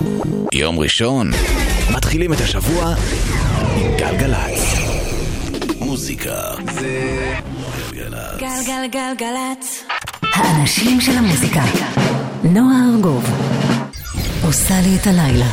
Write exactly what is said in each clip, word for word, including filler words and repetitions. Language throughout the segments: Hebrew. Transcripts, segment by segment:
יום ראשון, מתחילים את השבוע עם גלגלצ. מוזיקה זה גלגלצ. גלגלגלגלצ. האנשים של המוזיקה. נועה ארגוב עושה לי את הלילה.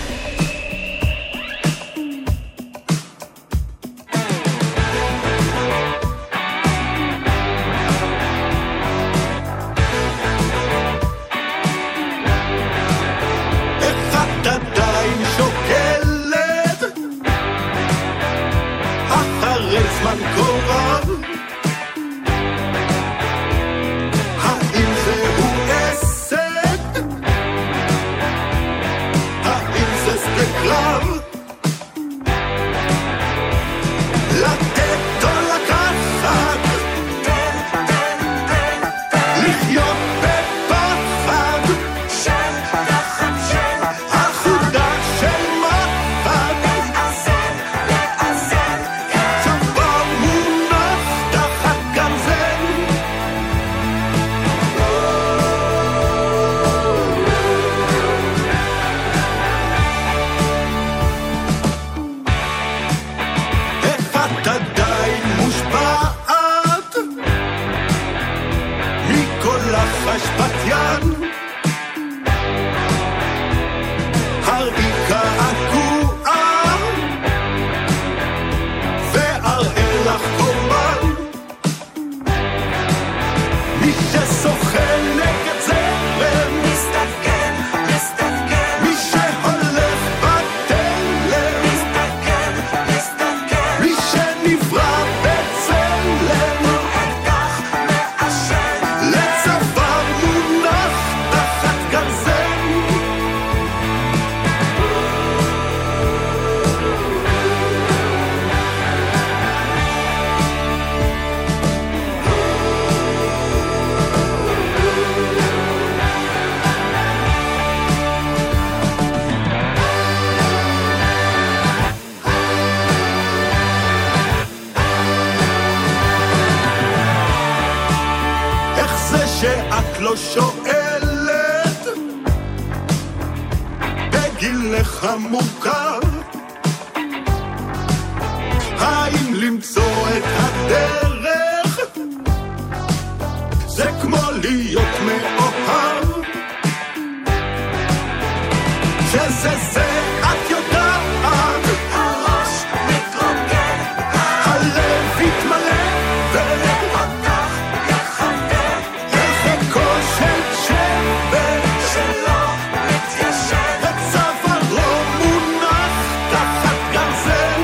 לא שואלת בגיל לך מוכר האם למצוא את הדרך זה כמו להיות מאוהב שזה זה את יודעת הראש מתרוקן הלב יתמלא ואותך יחבר לחיקו של שבר שלא מתיישב וצווארו מונח תחת גרזן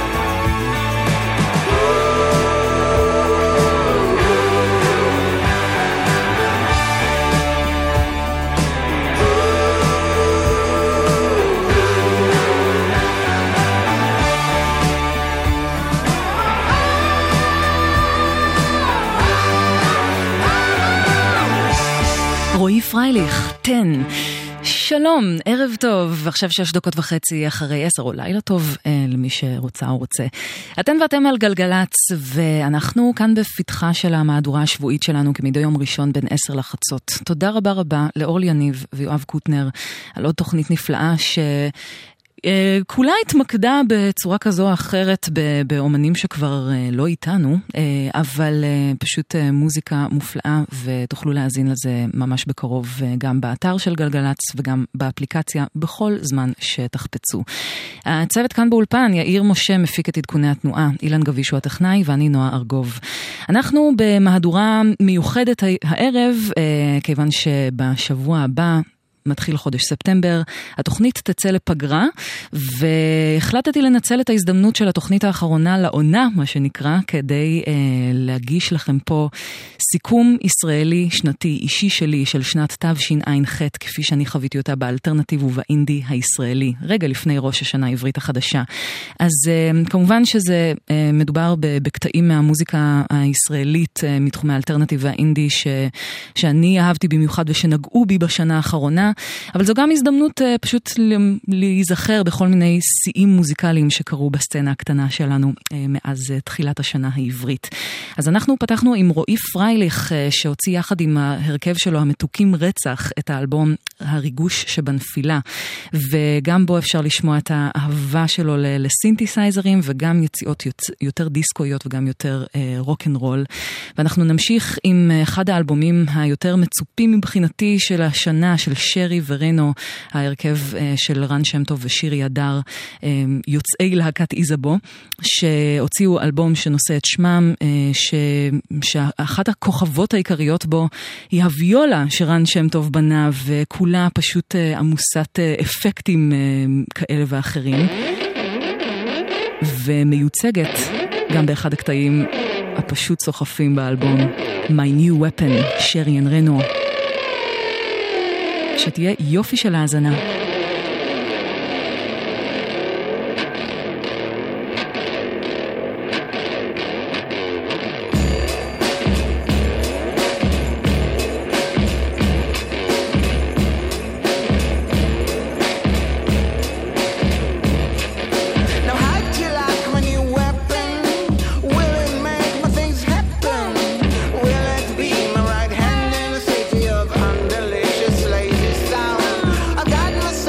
רועי פרייליך, תן. שלום, ערב טוב, עכשיו שש דקות וחצי אחרי עשר, או לילה טוב אה, למי שרוצה או רוצה. אתן ואתם על גלגלץ, ואנחנו כאן בפתחה של המהדורה השבועית שלנו, כמדי יום ראשון בין עשר לחצות. תודה רבה רבה לאורלי יניב ויואב קוטנר, על עוד תוכנית נפלאה ש... כולה התמקדה בצורה כזו או אחרת באומנים שכבר לא איתנו, אבל פשוט מוזיקה מופלאה, ותוכלו להאזין לזה ממש בקרוב גם באתר של גלגלץ וגם באפליקציה בכל זמן שתחפצו. הצוות כאן באולפן, יאיר משה מפיק את עדכוני התנועה, אילן גביש הוא הטכנאי ואני נועה ארגוב. אנחנו במהדורה מיוחדת הערב, כיוון שבשבוע הבא מתחיל חודש ספטמבר, התוכנית תצא לפגרה, והחלטתי לנצל את ההזדמנות של התוכנית האחרונה לעונה, מה שנקרא, כדי אה, להגיש לכם פה סיכום ישראלי שנתי אישי שלי של שנת תשע"ח, כפי שאני חוויתי אותה באלטרנטיב ובאינדי הישראלי, רגע לפני ראש השנה העברית החדשה. אז אה, כמובן שזה אה, מדובר בקטעים מהמוזיקה הישראלית, אה, מתחומי האלטרנטיב והאינדי, ש, שאני אהבתי במיוחד ושנגעו בי בשנה האחרונה, אבל זו גם הזדמנות uh, פשוט להיזכר בכל מיני שיאים מוזיקליים שקרו בסצנה הקטנה שלנו uh, מאז uh, תחילת השנה העברית. אז אנחנו פתחנו עם רועי פרייליך, uh, שהוציא יחד עם ההרכב שלו המתוקים רצח את האלבום הריגוש שבנפילה, וגם בו אפשר לשמוע את האהבה שלו לסינתסייזרים, וגם יציאות יותר דיסקויות וגם יותר רוק אנד רול. ואנחנו נמשיך עם אחד האלבומים היותר מצופים מבחינתי של השנה, של שרי ורנו, ההרכב של רן שם טוב ושירי הדר, יוצאי להקת איזבו, שהוציאו אלבום שנושא את שמם, ש... שאחת הכוכבות העיקריות בו היא הוויולה שרן שם טוב בנה, וכולה פשוט עמוסת אפקטים כאלה ואחרים, ומיוצגת גם באחד הקטעים הפשוט סוחפים באלבום My New Weapon, שרי ורנו. שתהיה יופי של האזנה. Got my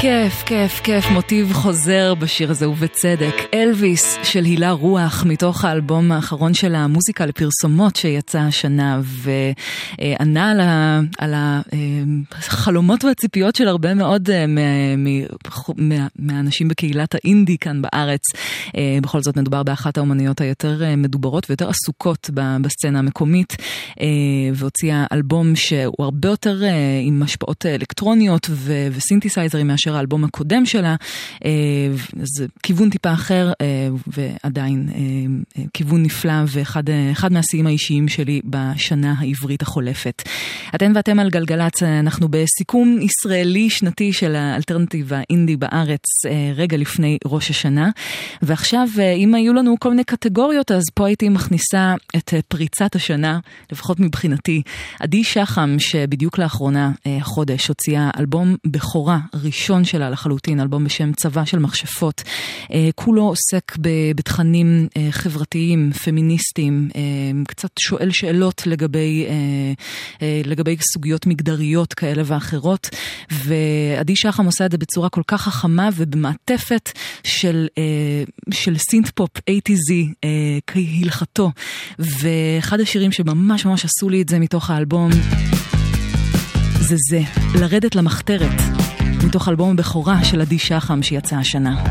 כיף, כיף, כיף, מוטיב חוזר בשיר הזה ובצדק. אלוויס של הילה רוח מתוך האלבום האחרון של המוזיקה לפרסומות שיצא השנה וענה על, ה, על החלומות והציפיות של הרבה מאוד מה, מה, מהאנשים בקהילת האינדי כאן בארץ. בכל זאת מדובר באחת האומניות היותר מדוברות ויותר עסוקות בסצנה המקומית, והוציאה אלבום שהוא הרבה יותר עם השפעות אלקטרוניות ו- וסינתסייזרים מאשר האלבום הקודם שלה. זה כיוון טיפה אחר ועדיין כיוון נפלא ואחד אחד מהשיאים האישיים שלי בשנה העברית החולפת. אתם ואתם על גלגלץ, אנחנו בסיכום ישראלי שנתי של האלטרנטיב האינדי בארץ רגע לפני ראש השנה, ועכשיו אם היו לנו כל מיני קטגוריות אז פה הייתי מכניסה את פריצת השנה, לפחות מבחינתי. עדי שחם שבדיוק לאחרונה חודש הוציאה אלבום בכורה ראשון שלה לחלוטין, אלבום בשם צבא של מכשפות. כולו עוסק בתכנים חברתיים, פמיניסטיים, קצת שואל שאלות לגבי, לגבי סוגיות מגדריות כאלה ואחרות, ועדי שחם עושה את זה בצורה כל כך חכמה ובמעטפת של, של סינט-פופ אייטיזי כהלכתו, ואחד השירים שממש ממש עשו לי את זה מתוך האלבום זה זה, לרדת למחתרת, מתוך אלבום הבכורה של עדי שחם שיצא השנה.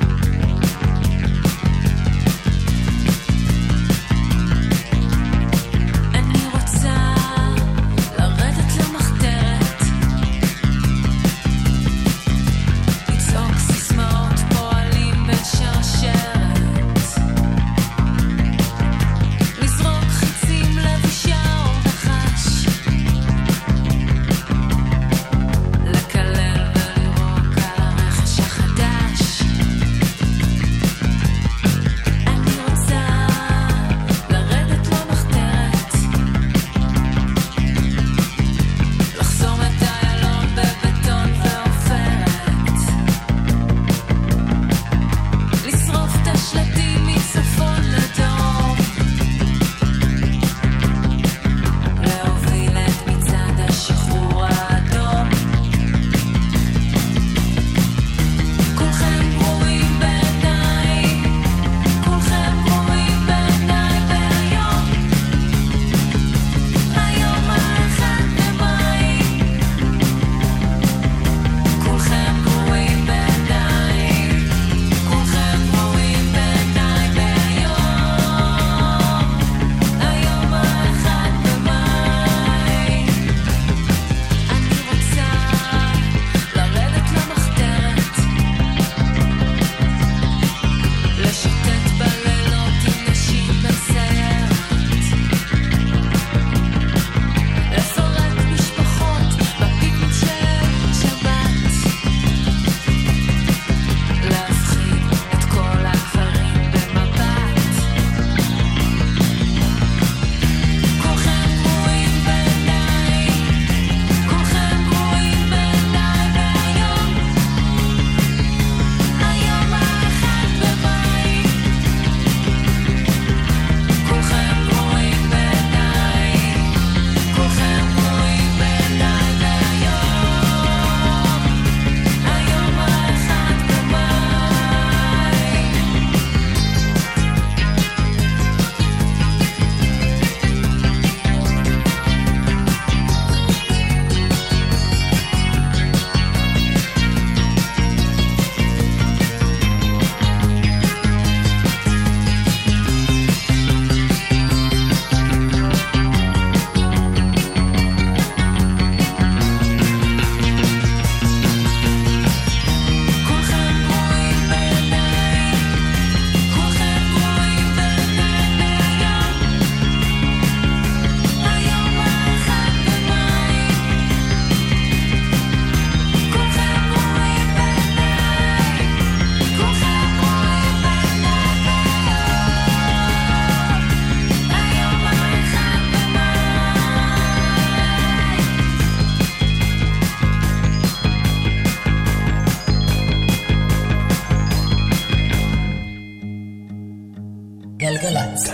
גלגלצ.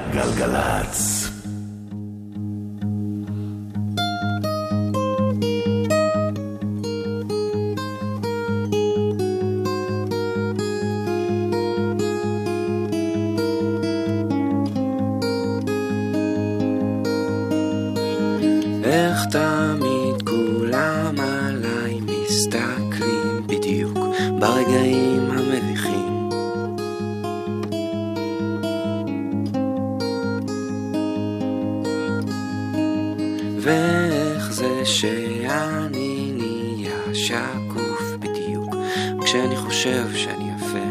גלגלצ. איך תמיד כולם עליי מסתכלים בדיוק ברגעים המביכים. ואיך זה שאני נהיה שקוף בדיוק כשאני חושב שאני יפה.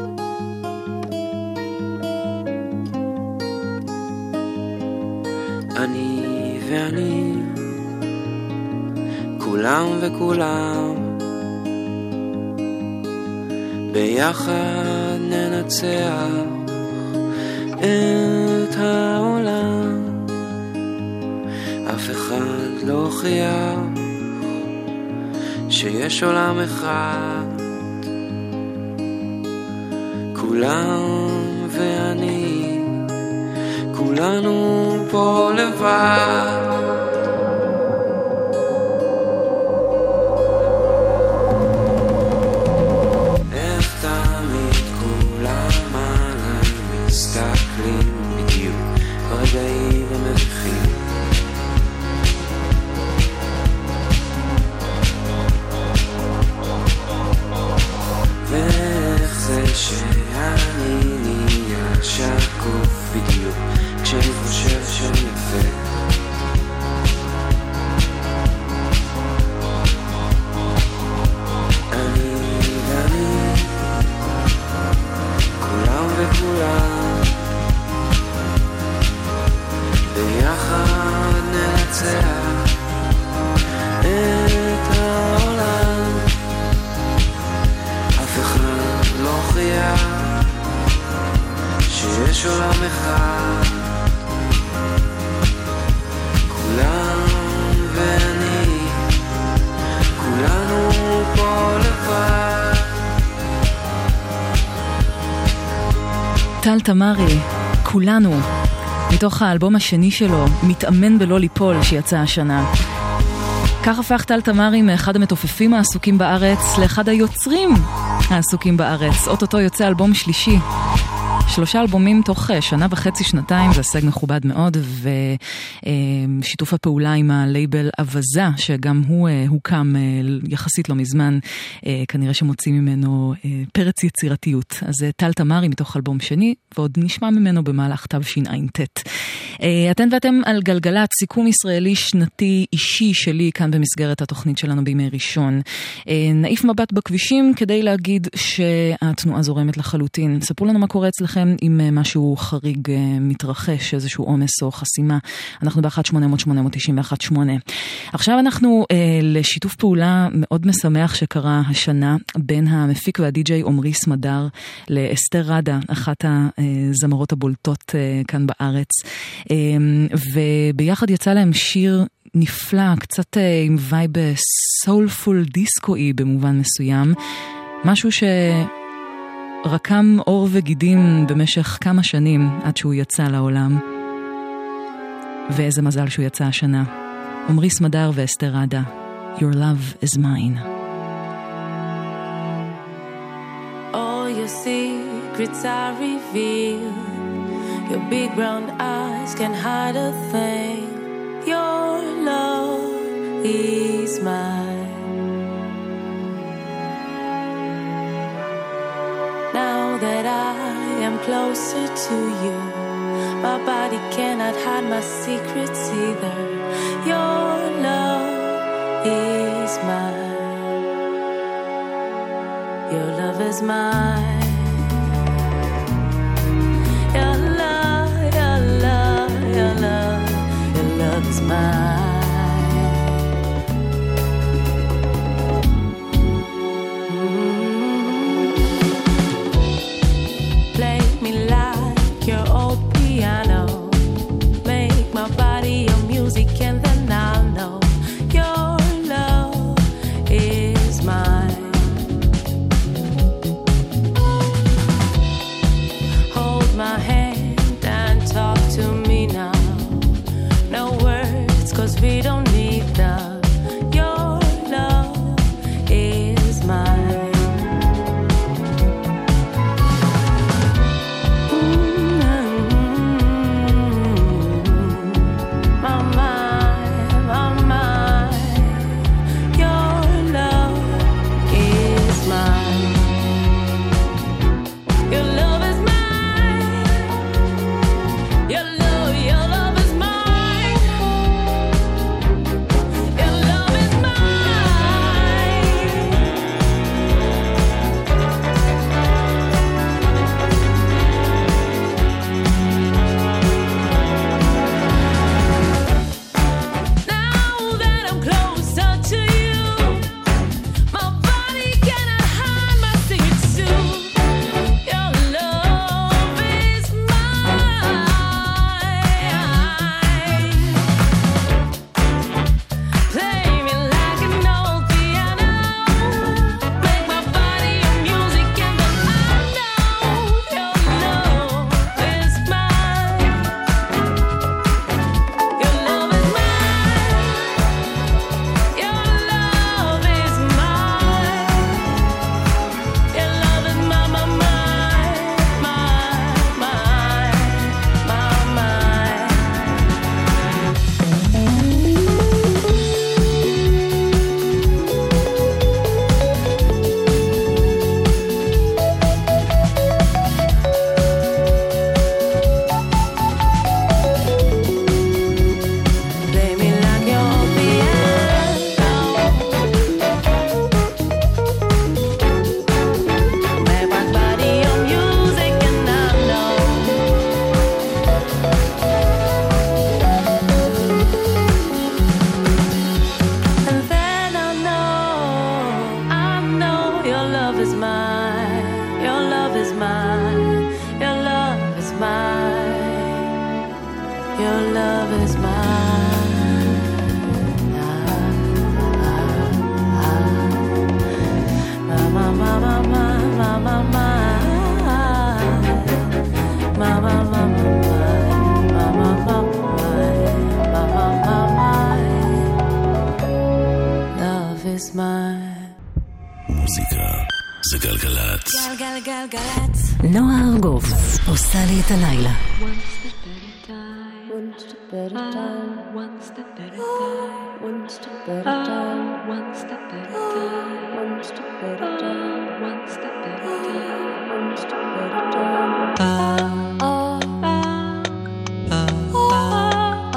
אני ואני, כולם וכולם, ביחד ננצח את העולם. אף אחד לא הוכיח שיש עולם אחד. כולם ואני, כולנו פה לבד. איך תמיד כולם עליי מסתכלים בדיוק ברגעים המביכים. ואיך זה שאני נהיה שקוף בדיוק כשאני חושב שאני יפה. אני ואני, כולם וכולם, ביחד ננצח את העולם. אף אחד לא הוכיח שיש עולם אחד. כולם ואני, כולנו פה לבד. טל תמרי, כולנו, מתוך האלבום השני שלו, מתאמן בלא ליפול, שיצא השנה. כך הפך טל תמרי מאחד המתופפים העסוקים בארץ לאחד היוצרים העסוקים בארץ. אוטוטו יוצא אלבום שלישי. שלושה אלבומים תוך שנה וחצי, שנתיים, זה הישג מכובד מאוד, ושיתוף הפעולה עם הלייבל אבזה, שגם הוא הוקם יחסית לא מזמן, כנראה שמוצאים ממנו פרץ יצירתיות. אז טל תמרי מתוך אלבום שני, ועוד נשמע ממנו במהלך תשע"ט. אתן ואתם על גלגלת, סיכום ישראלי שנתי אישי שלי כאן במסגרת התוכנית שלנו בימי ראשון. נעיף מבט בכבישים כדי להגיד שהתנועה זורמת לחלוטין. ספרו לנו מה קורה אצלכם אם משהו חריג מתרחש, איזשהו עומס או חסימה. אנחנו ב-אחת שמונה אפס אפס שמונה תשע אחת שמונה. עכשיו אנחנו אה, לשיתוף פעולה מאוד משמח שקרה השנה בין המפיק והדי-ג'יי עומרי סמדר לאסתר רדה, אחת הזמרות הבולטות אה, כאן בארץ. אה, וביחד יצא להם שיר נפלא, קצת אה, עם וייב סולפול דיסקואי במובן מסוים. משהו ש... רקם אור וגידים במשך כמה שנים עד שהוא יצא לעולם. ואיזה מזל שהוא יצא השנה. עומרי סמדר ואסתר רדה, Your love is mine. All your secrets are revealed. Your big brown eyes can hide a thing. Your love is mine. Now that I am closer to you, my body cannot hide my secrets either. Your love is mine. Your love is mine. Your love, your love, your love, your love is mine. Your old piano, make my body your music, and then I'll know your love is mine. Hold my hand and talk to me now. No words, 'cause we don't need them. Your love is mine. Your love is mine. My, my, my, my, my, my, my. My, my, my, my, my, my, my, my, my, my. Love is mine. מוזיקה זה גלגלצ. גלגלגלגלצ. נועה ארגוב עושה לי את הלילה. One step at a time, one step at a time, one step at a time, one step at a time, one step at a time, one step at a time, one step at a time. Ah, ah, ah, ah,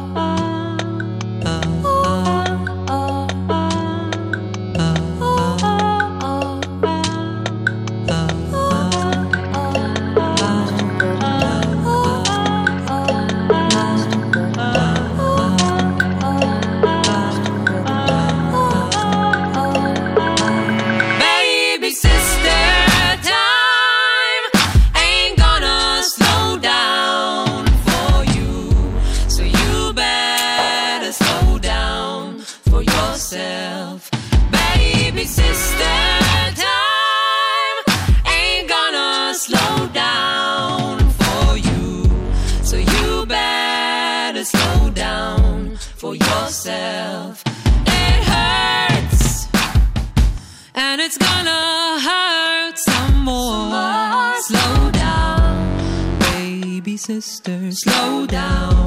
sister, slow down.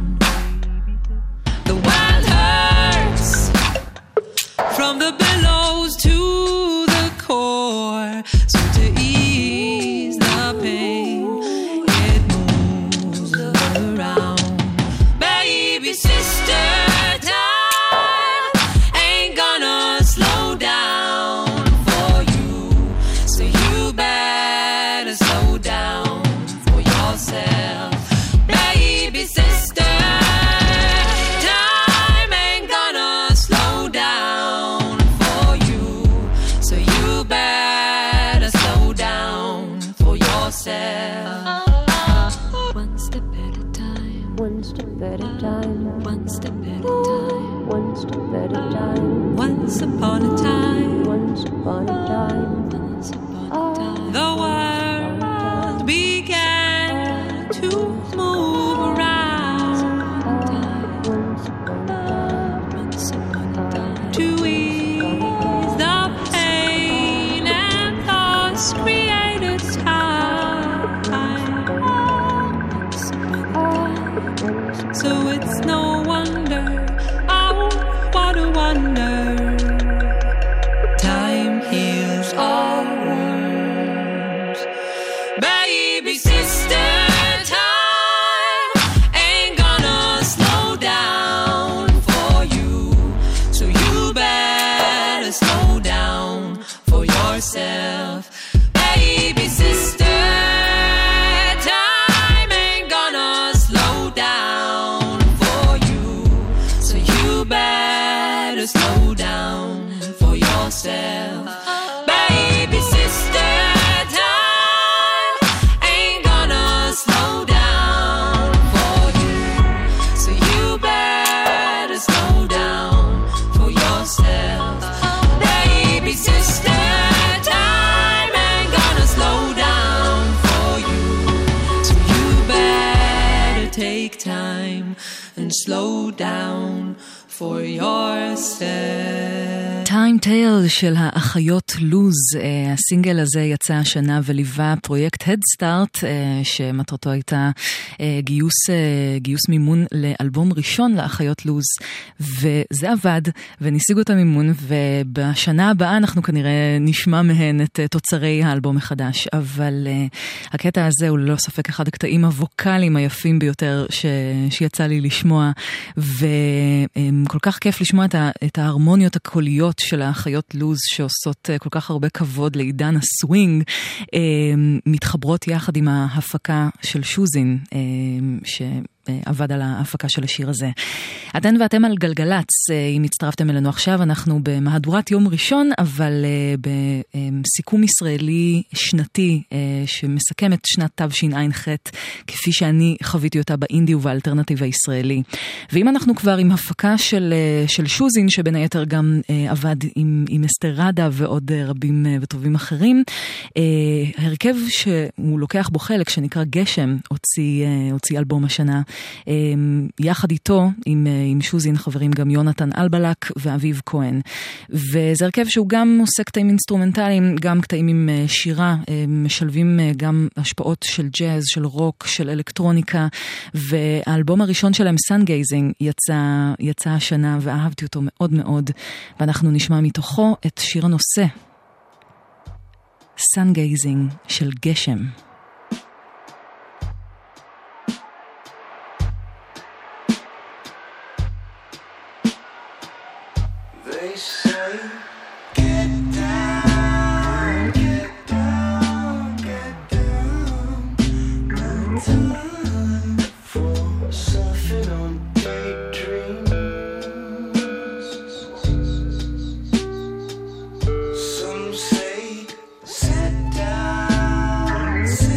The wild hurts from the billows to the core. So to ease the pain, it moves around. Baby sister, time ain't gonna slow down for you. So you better slow down for yourself. Baby sister, time ain't gonna slow down for you. So you better slow down for yourself. One step at a time, one step at a time, one step at a time, one step at a time. Once upon a time, Once upon a time, once upon a time, the world began to move around. once upon a time, once upon a time, To ease the pain and thoughts created time. once upon a time. So it's no wonder, oh, what a wonder. Time heals all wounds. Baby sister, time ain't gonna slow down for you. So you better slow down for yourself. Baby sister, time ain't gonna slow down for you. So you better slow down for yourself. Baby sister, time ain't gonna slow down for you. So you better slow down for yourself. Baby sister, time ain't gonna slow down for you. So you better take time and slow down for yourself. טיים טייל של האחיות לוז, הסינגל הזה יצא השנה וליווה פרויקט הדסטארט שמטרתו הייתה גיוס, גיוס מימון לאלבום ראשון לאחיות לוז, וזה עבד וניסיגו את המימון, ובשנה הבאה אנחנו כנראה נשמע מהן את תוצרי האלבום החדש, אבל הקטע הזה הוא ללא ספק אחד הקטעים הווקליים היפים ביותר ש... שיצא לי לשמוע, וכל כך כיף לשמוע את, ה... את ההרמוניות הקוליות של האחיות לוז שעושות כל כך הרבה כבוד לעידן הסווינג, מתחברות יחד עם ההפקה של שוזין, ש... שעבד על ההפקה של השיר הזה. אתן ואתם על גלגלץ, אם הצטרפתם אלינו עכשיו, אנחנו במהדורת יום ראשון, אבל בסיכום ישראלי שנתי שמסכם את שנת תשע"ח, כפי שאני חוויתי אותה באינדי ובאלטרנטיב הישראלי. ואם אנחנו כבר עם הפקה של, של שוזין, שבין היתר גם עבד עם, עם אסתר רדה ועוד רבים וטובים אחרים, הרכב שהוא לוקח בו חלק, שנקרא גשם, הוציא, הוציא אלבום השנה. יחד איתו, עם, עם שוזין, חברים גם יונתן אלבלק ואביב כהן. וזה הרכב שהוא גם עושה קטעים אינסטרומנטליים, גם קטעים עם שירה, משלבים גם השפעות של ג'אז, של רוק, של אלקטרוניקה, והאלבום הראשון שלהם, Sungazing, יצא, יצא השנה, ואהבתי אותו מאוד מאוד, ואנחנו נשמע מתוכו את שיר הנושא, Sungazing של גשם. They say, get down, get down, get down. No time for surfing on daydreams. Some say, sit down.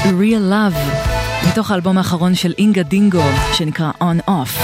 Real Love, מתוך האלבום האחרון של אינגה דינגו, שנקרא On Off.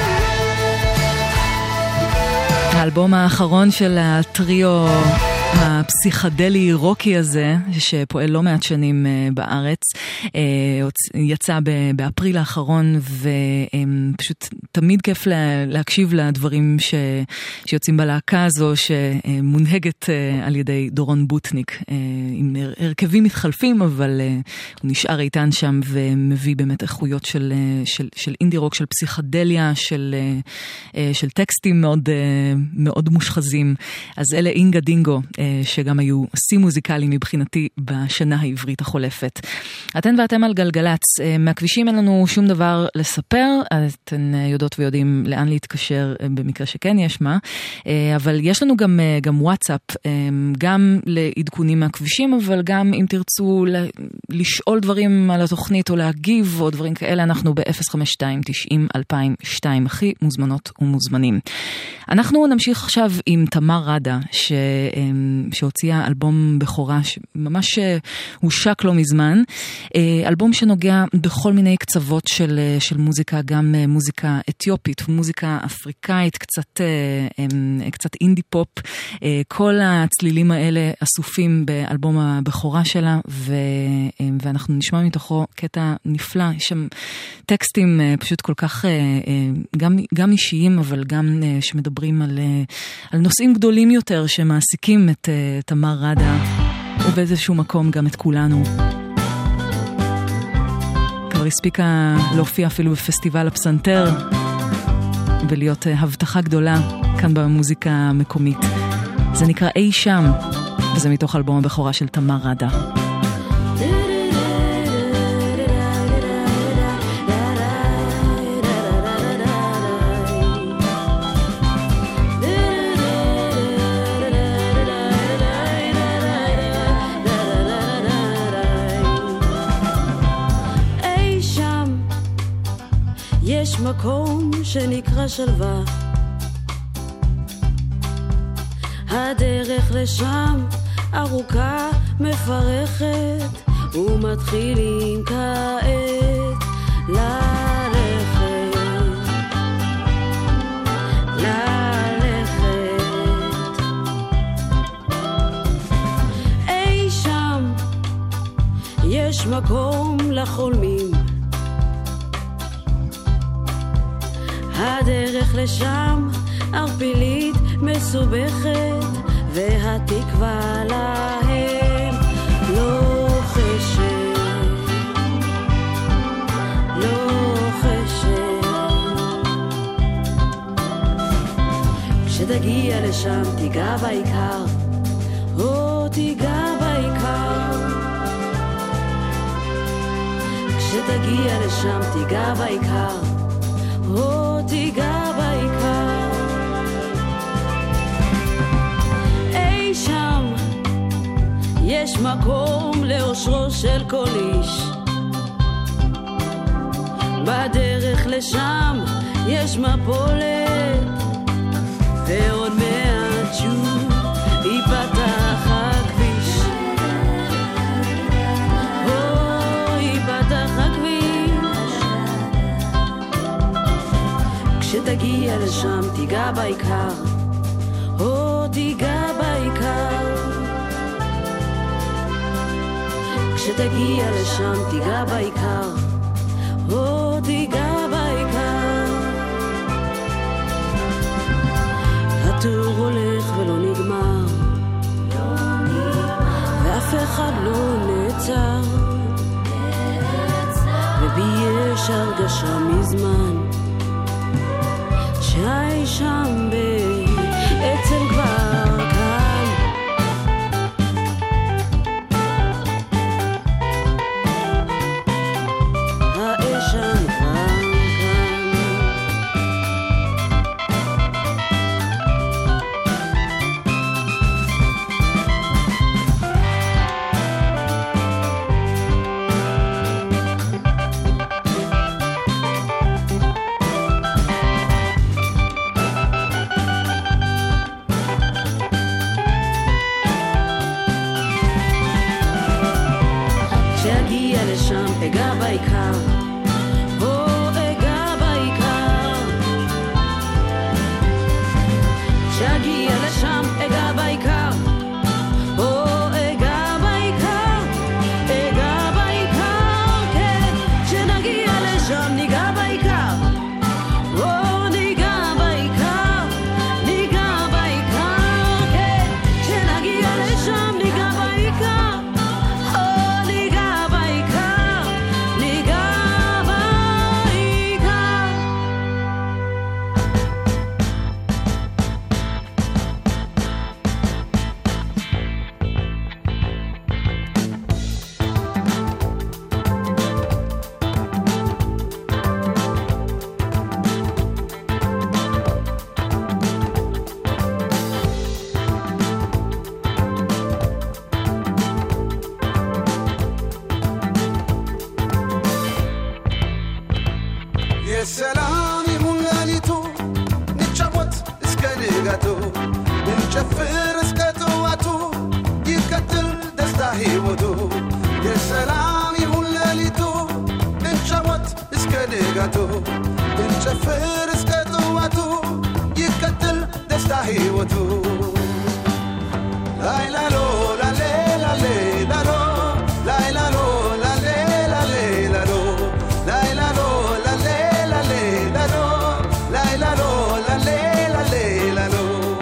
האלבום האחרון של הטריו הפסיכדלי רוקי הזה, שפועל לא מעט שנים בארץ, יצא באפריל האחרון, ופשוט תמיד כיף להקשיב לדברים שיוצאים בלהקה הזו, שמונהגת על ידי דורון בוטניק, עם הרכבים מתחלפים, אבל הוא נשאר איתן שם, ומביא באמת איכויות של, של, של אינדי רוק, של פסיכדליה, של, של טקסטים מאוד, מאוד מושחזים. אז אלה אינגה דינגו, שגם היו שיא מוזיקלי מבחינתי בשנה העברית החולפת. אתן ואתם על גלגלץ, מהכבישים אין לנו שום דבר לספר, אתן יודעות ויודעים לאן להתקשר במקרה שכן יש מה, אבל יש לנו גם, גם וואטסאפ, גם לעדכונים מהכבישים, אבל גם אם תרצו לשאול דברים על התוכנית או להגיב או דברים כאלה, אנחנו ב-אפס חמש שתיים תשעים אלפיים ושתיים, הכי מוזמנות ומוזמנים. אנחנו נמשיך עכשיו עם תמר רדה, ש... שהוציאה אלבום בכורה שממש הושק לא מזמן, אלבום שנוגע בכל מיני קצוות של, של מוזיקה, גם מוזיקה אתיופית ומוזיקה אפריקאית, קצת, קצת אינדי פופ, כל הצלילים האלה אסופים באלבום הבכורה שלה, ו, ואנחנו נשמע מתוכו קטע נפלא, יש שם טקסטים פשוט כל כך גם, גם אישיים, אבל גם שמדברים על, על נושאים גדולים יותר שמעסיקים את תמר רדה, ובאיזשהו מקום גם את כולנו. כבר הספיקה להופיע אפילו בפסטיבל הפסנתר, ולהיות הבטחה גדולה כאן במוזיקה המקומית. זה נקרא אי שם, וזה מתוך אלבום הבכורה של תמר רדה. יש מקום שנקרא שלווה, הדרך לשם ארוכה מפרכת, ומתחילים כעת ללכת, ללכת. אי שם יש מקום לחולמים, הדרך לשם ערפילית מסובכת, והתקווה להם לוחשת, לוחשת. כשתגיע לשם תיגע בעיקר, או תיגע בעיקר. כשתגיע לשם תיגע בעיקר, או תיגע בעיקר. אי שם יש מקום לאושרו של כל איש, בדרך לשם יש מפולת, ועוד מעט שוב ייפתח הכביש, או ייפתח הכביש. כשתגיע לשם תיגע בעיקר, או תיגע בעיקר. כשתגיע לשם תיגע בעיקר, או תיגע בעיקר. הטור הולך ולא נגמר, ואף אחד לא נעצר, ובי יש הרגשה מזמן שהי שם בעצם כבר כאן. האש שם כבר כאן. כשאגיע לשם אגע בעיקר, או אגע בעיקר. כשאגיע לשם אגע בעיקר, או אגע בעיקר, אגע בעיקר, כן. כשנגיע לשם ניגע בעיקר, או ניגע בעיקר, ניגע בעיקר, כן. כשנגיע לשם ניגע בעיקר, או ניגע בעיקר, ניגע בעיקר. የሰላም ይሁን ሌሊቱ ንጫወት እስከ ንጋቱ እንጨፍር እስከ ጠዋቱ ይቀጥል ደስታ ሕይወቱ የሰላም ይሁን ሌሊቱ እንጫወት እስከ ንጋቱ እንጨፍር እስከ ጠዋቱ ይቀጥል ደስታ ሕይወቱ ላይላሎ ላሌ ላሌ ላሎ ላይላሎ ላሌ ላሌ ላሎ ላይላሎ ላሌ ላሌ ላሎ ላይላሎ ላሌ ላሌ ላሎ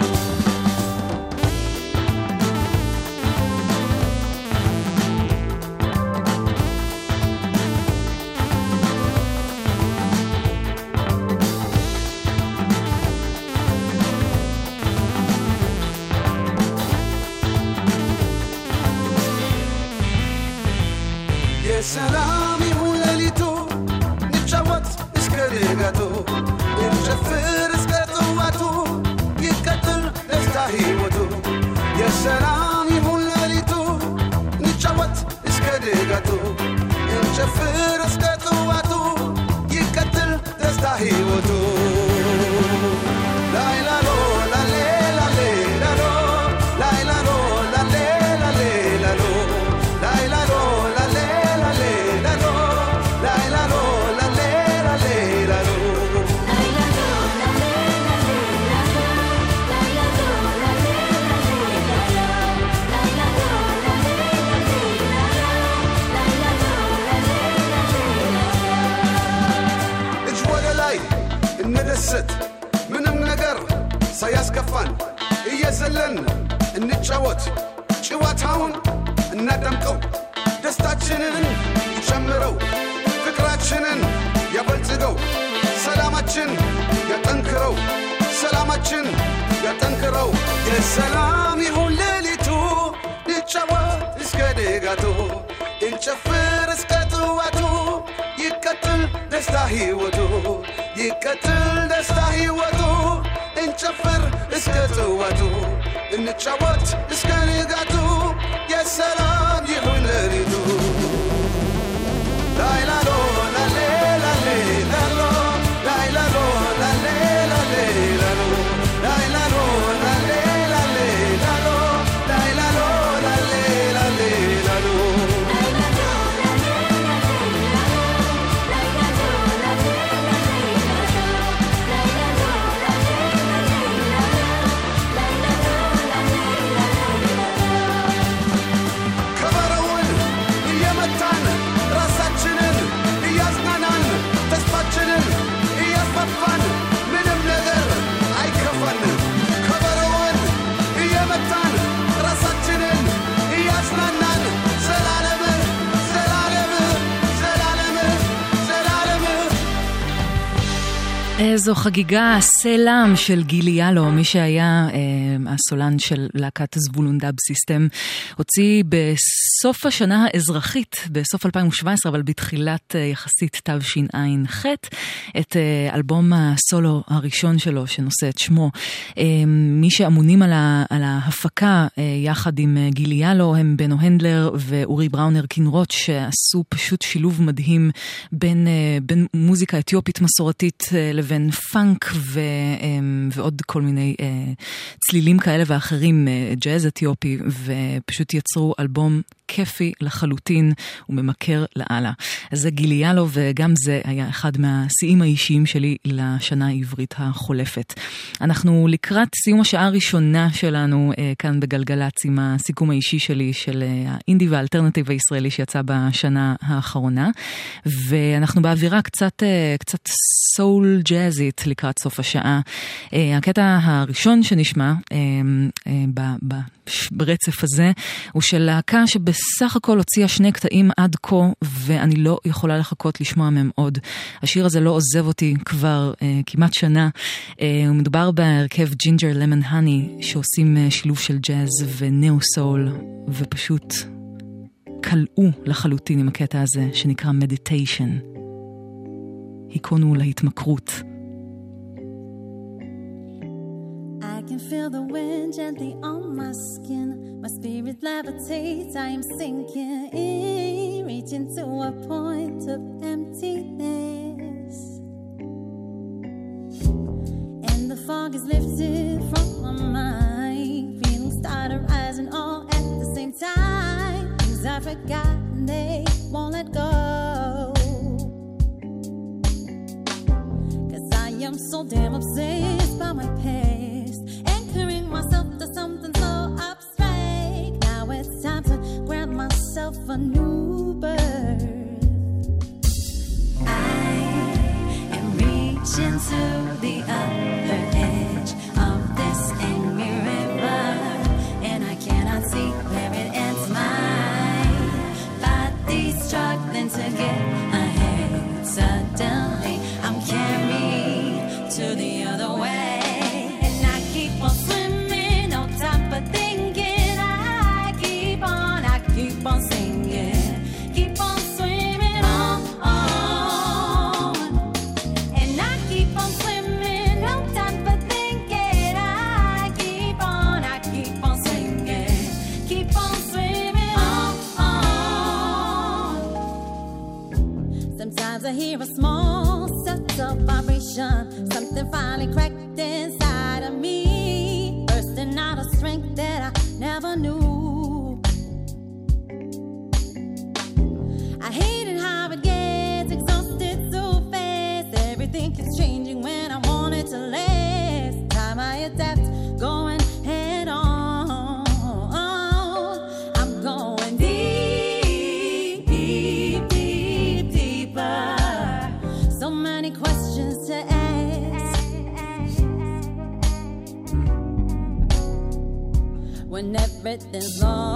የሰላም ይሁን ሌሊቱ ንጫወት እስከ ንጋቱ እንጨፍር እስከ ጠዋቱ ይቀጥል ደስታ ሕይወቱ የሰላም ይሁን ሌሊቱ ንጫወት እስከ ንጋቱ እንጨፍር እስከ ጠዋቱ ይቀጥል ደስታ ሕይወቱ ላይላሎ ላሌ ላሌ ላሎ ላይላሎ ላሌ ላሌ ላሎ ላይላሎ ላሌ ላሌ ላሎ ላይላሎ ላሌ ላሌ ላሎ እጅ ወደ ላይ እንደሰት ምንም ነገር ሳያስከፋን እየዘለን እንጫወት ጭዋታውን እናደምቀው ደስታችንን ይጨምረው ፍቅራችንን ያበልጽገው ሰላማችን ያጠንክረው ሰላማችን ያጠንክረው የሰላም ይሁን ሌሊቱ ንጫወት እስከ ንጋቱ እንጨፍር እስከ ጠዋቱ ይቀጥል ደስታ ሕይወቱ ይቀጥል ደስታ ሕይወቱ እንጨፍር እስከ ጠዋቱ እንጫወት እስከ ንጋቱ የሰላም ይሁን ሌሊቱ ላይላሎ ላሌ ላሌ ላሎ ላይላሎ ላሌ ላሌ ላሎ ላይላሎ ላሌ ላሌ ላሎ ላይላሎ ላሌ ላሌ ላሎ ከበሮውን እየመታን ራሳችንን እያዝናናን ተስፋችንን እያስፋፋን ምንም ነገር አይከፋን ከበሮውን እየመታን ራሳችንን እያዝናናን ዘላለም ዘላለም ዘላለም ዘላለም איזו חגיגה, סלם של גילי ילו, מי שהיה אה, הסולן של להקת זבולון דאב סיסטם, הוציא בסוף השנה האזרחית, בסוף אלפיים שבע עשרה, אבל בתחילת אה, יחסית תשע"ח, את אה, אלבום הסולו הראשון שלו, שנושא את שמו. אה, מי שאמונים על, ה, על ההפקה, אה, יחד עם אה, גילי ילו, הם בנו הנדלר ואורי בראונר קינרוט, שעשו פשוט שילוב מדהים בין, אה, בין מוזיקה אתיופית מסורתית אה, לבין לבין פאנק ו, ועוד כל מיני צלילים כאלה ואחרים, ג'אז אתיופי, ופשוט יצרו אלבום כיפי לחלוטין וממכר לעלה. אז זה גיליאלו, וגם זה היה אחד מהשיאים האישיים שלי לשנה העברית החולפת. אנחנו לקראת סיום השעה הראשונה שלנו כאן בגלגלץ עם הסיכום האישי שלי של האינדי והאלטרנטיב הישראלי שיצא בשנה האחרונה, ואנחנו באווירה קצת, קצת סול ג'אזית לקראת סוף השעה. הקטע הראשון שנשמע ברצף הזה הוא של להקה שבסך הכל הוציאה שני קטעים עד כה, ואני לא יכולה לחכות לשמוע מהם עוד. השיר הזה לא עוזב אותי כבר כמעט שנה. הוא מדובר בהרכב ג'ינג'ר למון הני שעושים שילוב של ג'אז וניאו סול, ופשוט קלעו לחלוטין עם הקטע הזה שנקרא מדיטיישן. היכונו להתמכרות. I can feel the wind gently on my skin. My spirit levitates, I am sinking in, reaching to a point of emptiness. And the fog is lifted from my mind. Feelings start arising all at the same time. Things I forgot, they won't let go. Cause I am so damn obsessed by my past, anchoring myself to something so abstract. Now it's time to grant myself a new birth. I am reaching to the other edge of this angry river, and I cannot see where it ends. My body's struggling to get ahead. Suddenly I'm carried to the other way. I hear a small subtle vibration, something finally cracked inside of me, bursting out of strength that I never knew. I hate it how it gets exhausted so fast. Everything keeps changing when I want it to last. Time I adapt, going head on. I'm going deep, deep, deep, deeper. So many questions to ask when everything's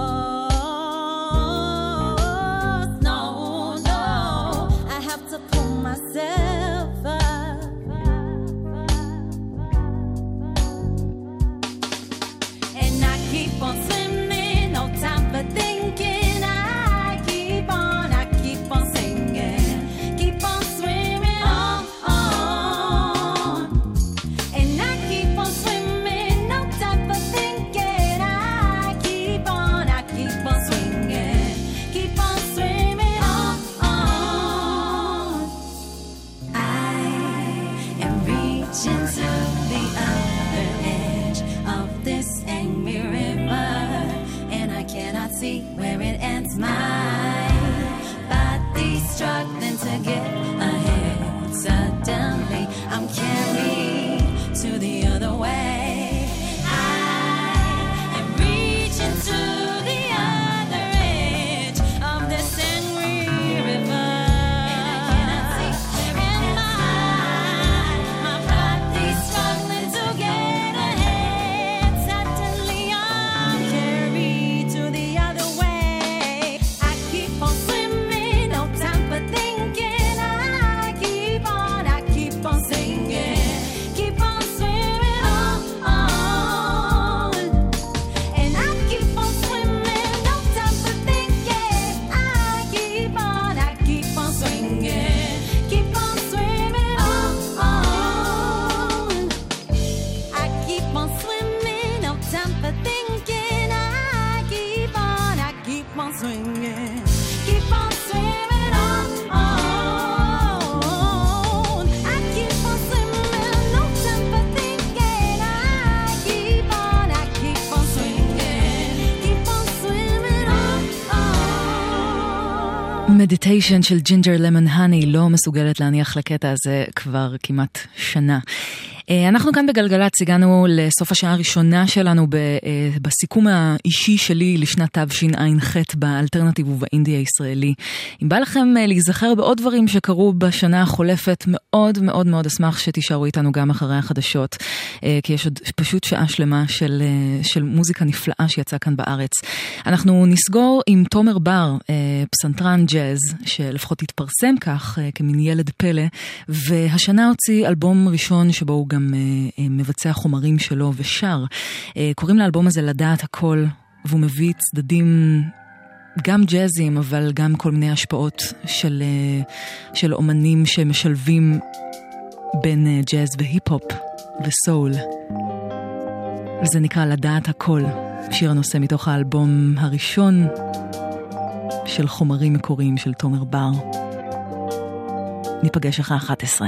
lost. No, no, I have to pull myself up. And I keep on swimming, no time for thinking. I keep on, I keep on singing, keep on swimming on, on. And I keep on swimming, no time for thinking. I keep on, I keep מדיטיישן של ג'ינג'ר למון הני לא מסוגלת להניח לקטע הזה כבר כמעט שנה. אנחנו כאן בגלגלת הגענו לסוף השעה הראשונה שלנו בסיכום האישי שלי לשנת תשע"ח באלטרנטיב ובאינדי הישראלי. אם בא לכם להיזכר בעוד דברים שקרו בשנה החולפת, מאוד מאוד מאוד אשמח שתישארו איתנו גם אחרי החדשות, כי יש עוד פשוט שעה שלמה של, של מוזיקה נפלאה שיצאה כאן בארץ. אנחנו נסגור עם תומר בר, פסנתרן ג'אז, שלפחות התפרסם כך כמין ילד פלא, והשנה הוציא אלבום ראשון שבו הוא גם מבצע חומרים שלו ושר. קוראים לאלבום הזה לדעת הכל, והוא מביא צדדים גם ג'אזים, אבל גם כל מיני השפעות של, של אומנים שמשלבים בין ג'אז והיפ-הופ וסול. וזה נקרא לדעת הכל, שיר הנושא מתוך האלבום הראשון של חומרים מקוריים של תומר בר. ניפגש אחרי אחת עשרה.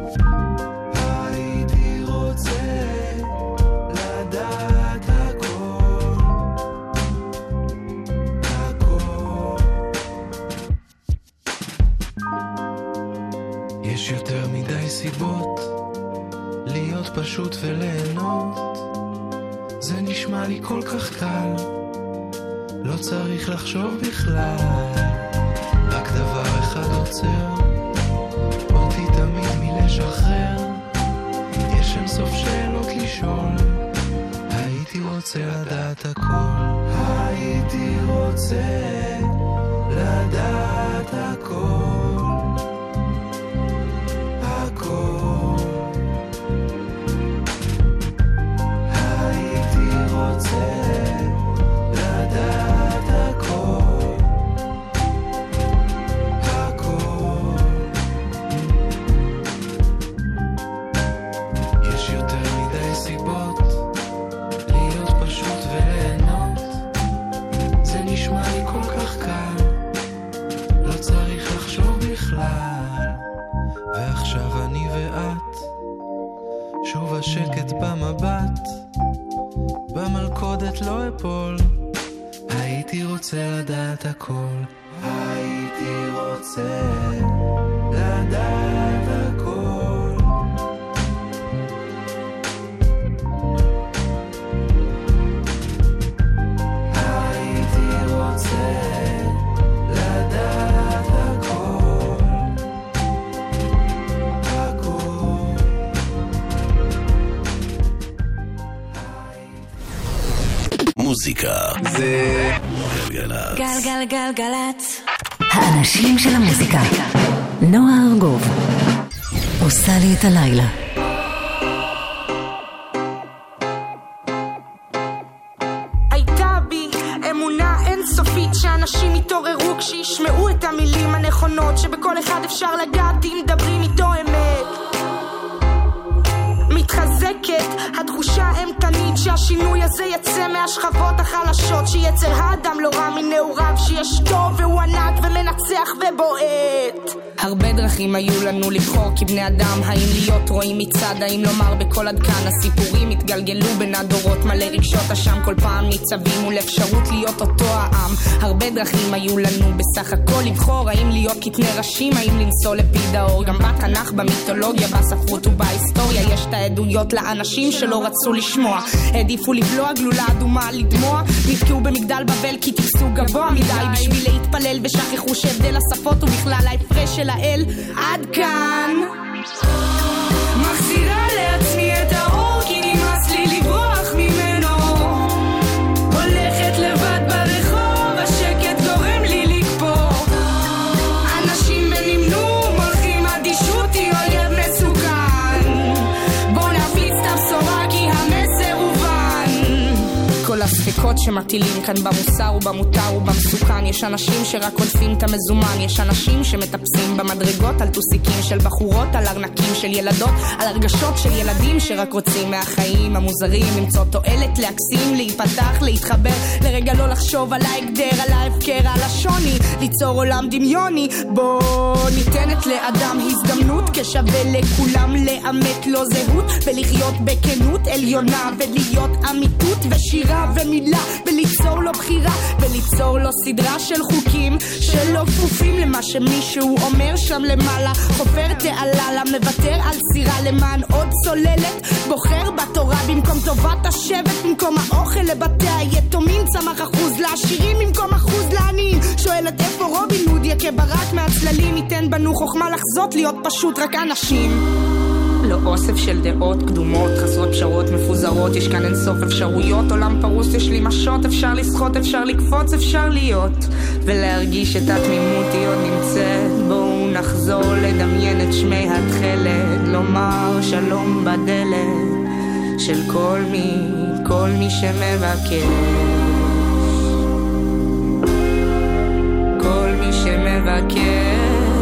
יש יותר מדי סיבות להיות פשוט וליהנות, זה נשמע לי כל כך קל, לא צריך לחשוב בכלל, רק דבר אחד עוצר אותי תמיד מלשחרר, יש אין סוף שאלות לשאול, הייתי רוצה לדעת הכל, הייתי רוצה לדעת הכל, שקט במבט, במלכודת לא אפול, הייתי רוצה לדעת הכל, הייתי רוצה לדעת הכל, הייתי רוצה לדעת הכל, הכל. מוזיקה זה גלגלצ. גלגלגלגלצ. האנשים של המוזיקה. נועה ארגוב עושה לי את הלילה. הייתה בי אמונה אינסופית שאנשים יתעוררו כשישמעו את המילים הנכונות, שבכל אחד אפשר לגעת אם מדברים איתו אמת. מתחזקת התחושה האמתנית שהשינוי הזה יצא מהשכבות החלשות, שיצר האדם לא רע מנעוריו, שיש טוב והוא ענק ומנצח ובועט. הרבה דרכים היו לנו לבחור כבני אדם, האם להיות רואים מצד, האם לומר בכל עד כאן. הסיפורים התגלגלו בין הדורות, מלא רגשות אשם כל פעם ניצבים מול אפשרות להיות אותו העם. הרבה דרכים היו לנו בסך הכל לבחור, האם להיות קטני ראשים, האם לנסוע לפיד האור. גם בתנ"ך, במיתולוגיה, בספרות ובהיסטוריה יש את העדויות לאנשים שלא רצו לשמוע, העדיפו לבלוע גלולה אדומה לדמוע, נתקעו במגדל בבל כי טיפסו גבוה מדי בשביל להתפלל ושכחו שהבדל השפות ובכלל ההפרש של האל. עד כאן מחזירה לעצמי את האור כי נמאס לי לברוח ממנו, הולכת לבד ברחוב, השקט גורם לי לקפוא, אנשים בנמנום הולכים אדישות היא אויב מסוכן, בוא נפיץ את הבשורה כי המסר הובן. כל הספקות שמטילים כאן במוסר ובמותר ובמסוכן, יש אנשים שרק עודפים את המזומן, יש אנשים שמטפסים במדרגות על תוסיקים של בחורות, על ארנקים של ילדות, על הרגשות של ילדים שרק רוצים מהחיים המוזרים למצוא תועלת, להקסים, להיפתח, להתחבר, לרגע לא לחשוב על ההגדר, על ההפקר, על השוני, ליצור עולם דמיוני. בוא ניתנת לאדם הזדמנות ששווה לכולם לאמת לו זהות ולחיות בכנות עליונה ולהיות אמיתות ושירה ומילה וליצור לו בחירה וליצור לו סדרה של חוקים שלא כפופים למה שמישהו אומר שם למעלה חופר תעלה לה מוותר על סירה למען עוד צוללת בוחר בתורה במקום טובת השבט במקום האוכל לבתי היתומים צמח אחוז לעשירים במקום אחוז לעניים שואלת איפה רובין הוד יקה ברק מהצללים ייתן בנו חוכמה לחזות להיות פשוט רק אנשים לא אוסף של דעות קדומות חסרות פשרות מפוזרות יש כאן אינסוף אפשרויות עולם פרוס יש לי משות אפשר לשחות אפשר לקפוץ אפשר להיות ולהרגיש את התמימות היא עוד נמצאת בואו נחזור לדמיין את שמי התחלת לומר שלום בדלת של כל מי כל מי שמבקש כל מי שמבקש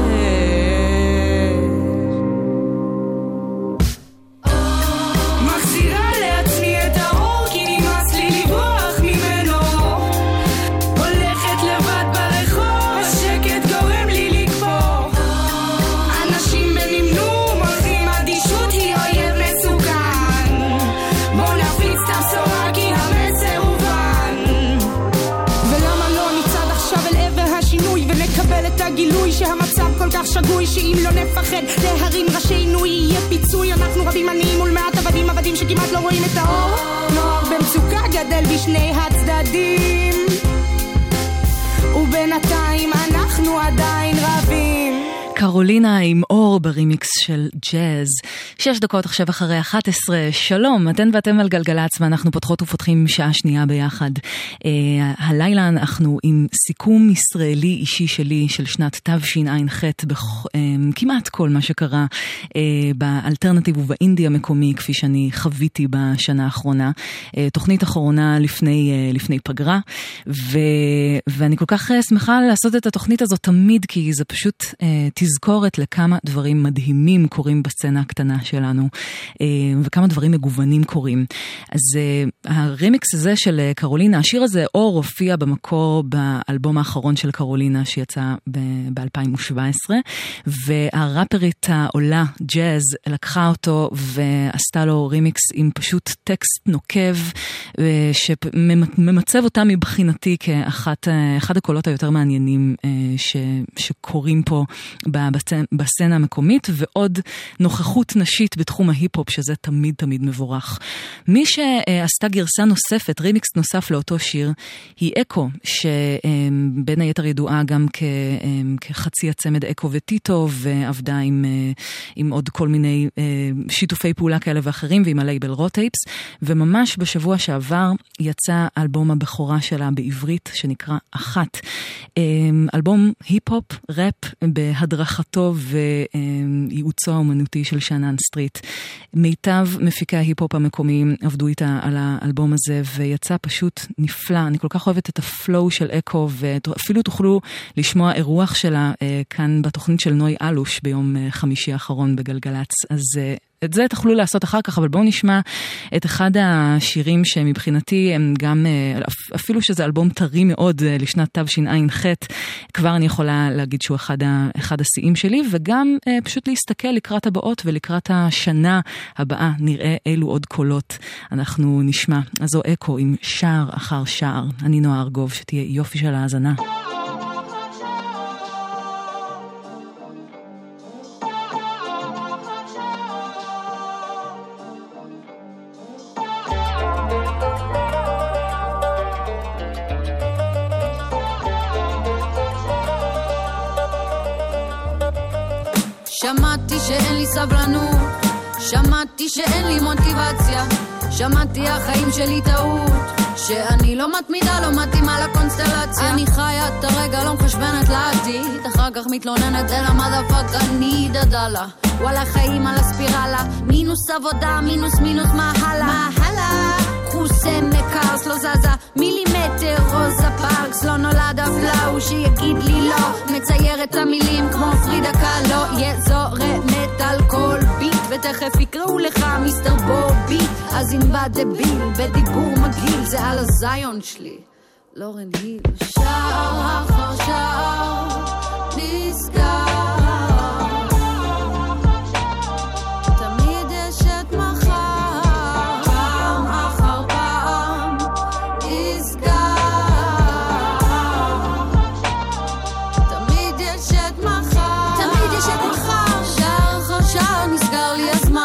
גילוי שהמצב כל כך שגוי שאם לא נפחד להרים ראשינו יהיה פיצוי אנחנו רבים עניים מול מעט עבדים עבדים שכמעט לא רואים את האור נוער במצוקה גדל בשני הצדדים ובינתיים אנחנו עדיין רבים קרולינה עם אור ברימיקס של ג'אז. שש דקות עכשיו אחרי אחת עשרה. שלום, אתן ואתם על גלגלץ ואנחנו פותחות ופותחים שעה שנייה ביחד. Uh, הלילה אנחנו עם סיכום ישראלי אישי שלי של שנת תשע"ח בכמעט uh, כל מה שקרה uh, באלטרנטיב ובאינדי המקומי כפי שאני חוויתי בשנה האחרונה. Uh, תוכנית אחרונה לפני, uh, לפני פגרה ו, ואני כל כך uh, שמחה לעשות את התוכנית הזאת תמיד כי זה פשוט uh, תזכורת לכמה דברים מדהימים קורים בסצנה הקטנה שלנו, וכמה דברים מגוונים קורים. אז הרמיקס הזה של קרולינה, השיר הזה אור הופיע במקור באלבום האחרון של קרולינה שיצא ב-אלפיים שבע עשרה, והראפרית העולה ג'אז לקחה אותו ועשתה לו רימיקס עם פשוט טקסט נוקב, שממצב אותה מבחינתי כאחת אחד הקולות היותר מעניינים ש, שקורים פה בסצנה המקומית, ועוד נוכחות נשית בתחום ההיפ-הופ, שזה תמיד תמיד מבורך. מי שעשתה גרסה נוספת, רימיקס נוסף לאותו שיר, היא אקו, שבין היתר ידועה גם כחצי הצמד אקו וטיטו, ועבדה עם, עם עוד כל מיני שיתופי פעולה כאלה ואחרים, ועם הלייבל רוטייפס, וממש בשבוע שעבר יצא אלבום הבכורה שלה בעברית, שנקרא אחת. אלבום היפ-הופ, ראפ, בהדרכתו וייעוצו האומנותי של שאנן סטריט. מיטב מפיקי ההיפ-הופ המקומיים עבדו איתה על האלבום הזה, ויצא פשוט נפלא. אני כל כך אוהבת את הפלואו של אקו, ואפילו תוכלו לשמוע אירוח שלה כאן בתוכנית של נוי אלוש ביום חמישי האחרון בגלגלץ. אז את זה תוכלו לעשות אחר כך, אבל בואו נשמע את אחד השירים שמבחינתי הם גם, אפילו שזה אלבום טרי מאוד לשנת תשע"ח, כבר אני יכולה להגיד שהוא אחד, אחד השיאים שלי, וגם פשוט להסתכל לקראת הבאות ולקראת השנה הבאה, נראה אילו עוד קולות אנחנו נשמע. אז זו אקו עם שער אחר שער. אני נועה ארגוב, שתהיה יופי של האזנה. שמעתי שאין לי סבלנות, שמעתי שאין לי מוטיבציה, שמעתי החיים שלי טעות, שאני לא מתמידה, לא מתאימה לקונסטלציה. אני חיה את הרגע, לא מחשבנת לעתיד, אחר כך מתלוננת אל המדפק, אני דדלה וואלה חיים על הספירלה, מינוס עבודה, מינוס מינוס מה הלאה, מה הלאה? חוסם מקרס לא זזה מילימטר, רוזה פארקס לא נולד אבלאו שיגיד לי לא, מצייר את המילים כמו פרידה קלו, יזורמת על כל ביט ותכף יקראו לך מיסטר בובי, אז אם בא דביל בדיבור מגעיל זה על הזיון שלי לורן היל. שער אחר שער נסגר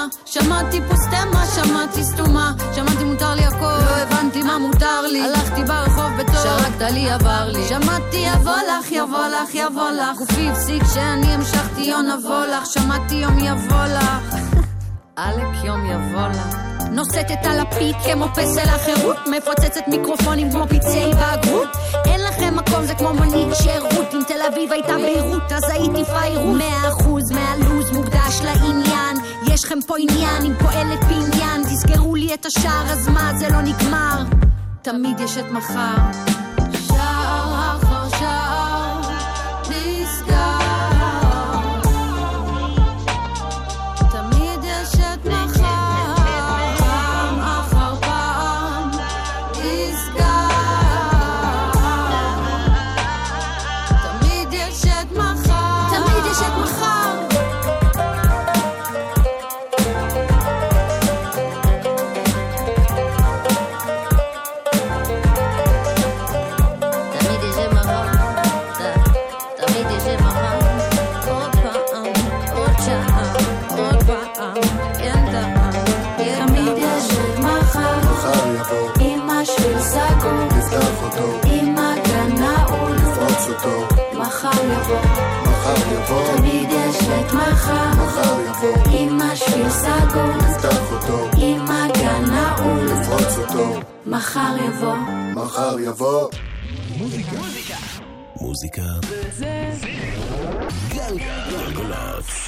סתומה, שמעתי פה סתמה, שמעתי סתומה, שמעתי מותר לי הכל, לא הבנתי מה מותר לי, הלכתי ברחוב בטוב, שרקת לי עבר לי, שמעתי יבוא לך, יבוא לך, יבוא לך, גופי הפסיק שאני המשכתי יום נבוא לך, שמעתי יום יבוא לך, אלק יום יבוא לך, נוסטת על הפית כמו פסל החירות, מפוצצת מיקרופונים כמו פיצי בגרות, אין לכם מקום, זה כמו מונית שירות, אם תל אביב הייתה ביירות אז הייתי פיירות, מאה אחוז מהלוז מוקדש לעניין, יש לכם פה עניין, אם פועלת בעניין, תזכרו לי את השער, אז מה זה לא נגמר, תמיד יש את מחר, שער אחר שער נסגר, תמיד יש את מחר, מחר יבוא, מחר יבוא, תמיד יש את מחר, מחר יבוא, עם השביל סגור, נפתח אותו, עם הגן נעול, נפרוץ אותו, מחר יבוא, מחר יבוא, מוזיקה, מוזיקה, זה גלגלצ.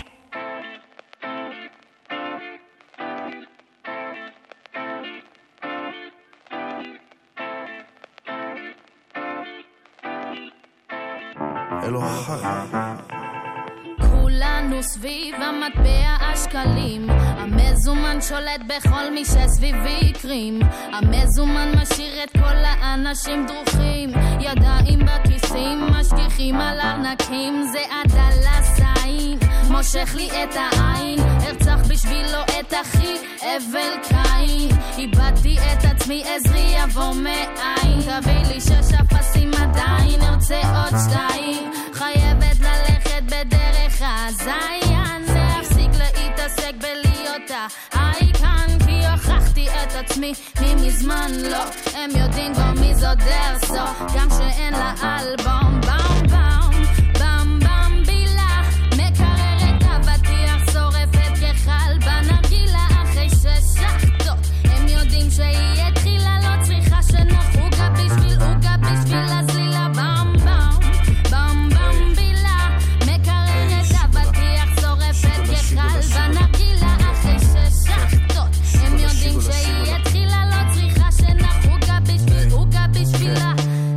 כולנו סביב המטבע השקלים, המזומן שולט בכל מי שסביבי קרים, המזומן משאיר את כל האנשים דרוכים, ידיים בכיסים משגיחים על ארנקים, זה הדלסיים מושך לי את העין, הרצח בשבילו את אחי אבל קין, איבדתי את עצמי עזרי יבוא מאין, תביא לי שש אפסים עדיין ארצה עוד שתיים, חייבת ללכת בדרך הזיין, להפסיק להתעסק בלהיות האייקן, כי הוכחתי את עצמי ממזמן לא, הם יודעים כבר מי זו דרסו, גם שאין לה אלבום, באום באום באום באום בילה, מקררת אבטיח שורפת כחל בנרגילה אחרי שש שחטות, הם יודעים שהיא התחילה לא צריכה שנחוגה בשביל עוגה בשביל הזלילה, באום באום באום באום בילה, מקררת אבטיח שורפת כחל בנרגילה אחרי שש שחטות, הם יודעים שהיא התחילה לא צריכה שנחוגה בשביל עוגה בשבילה.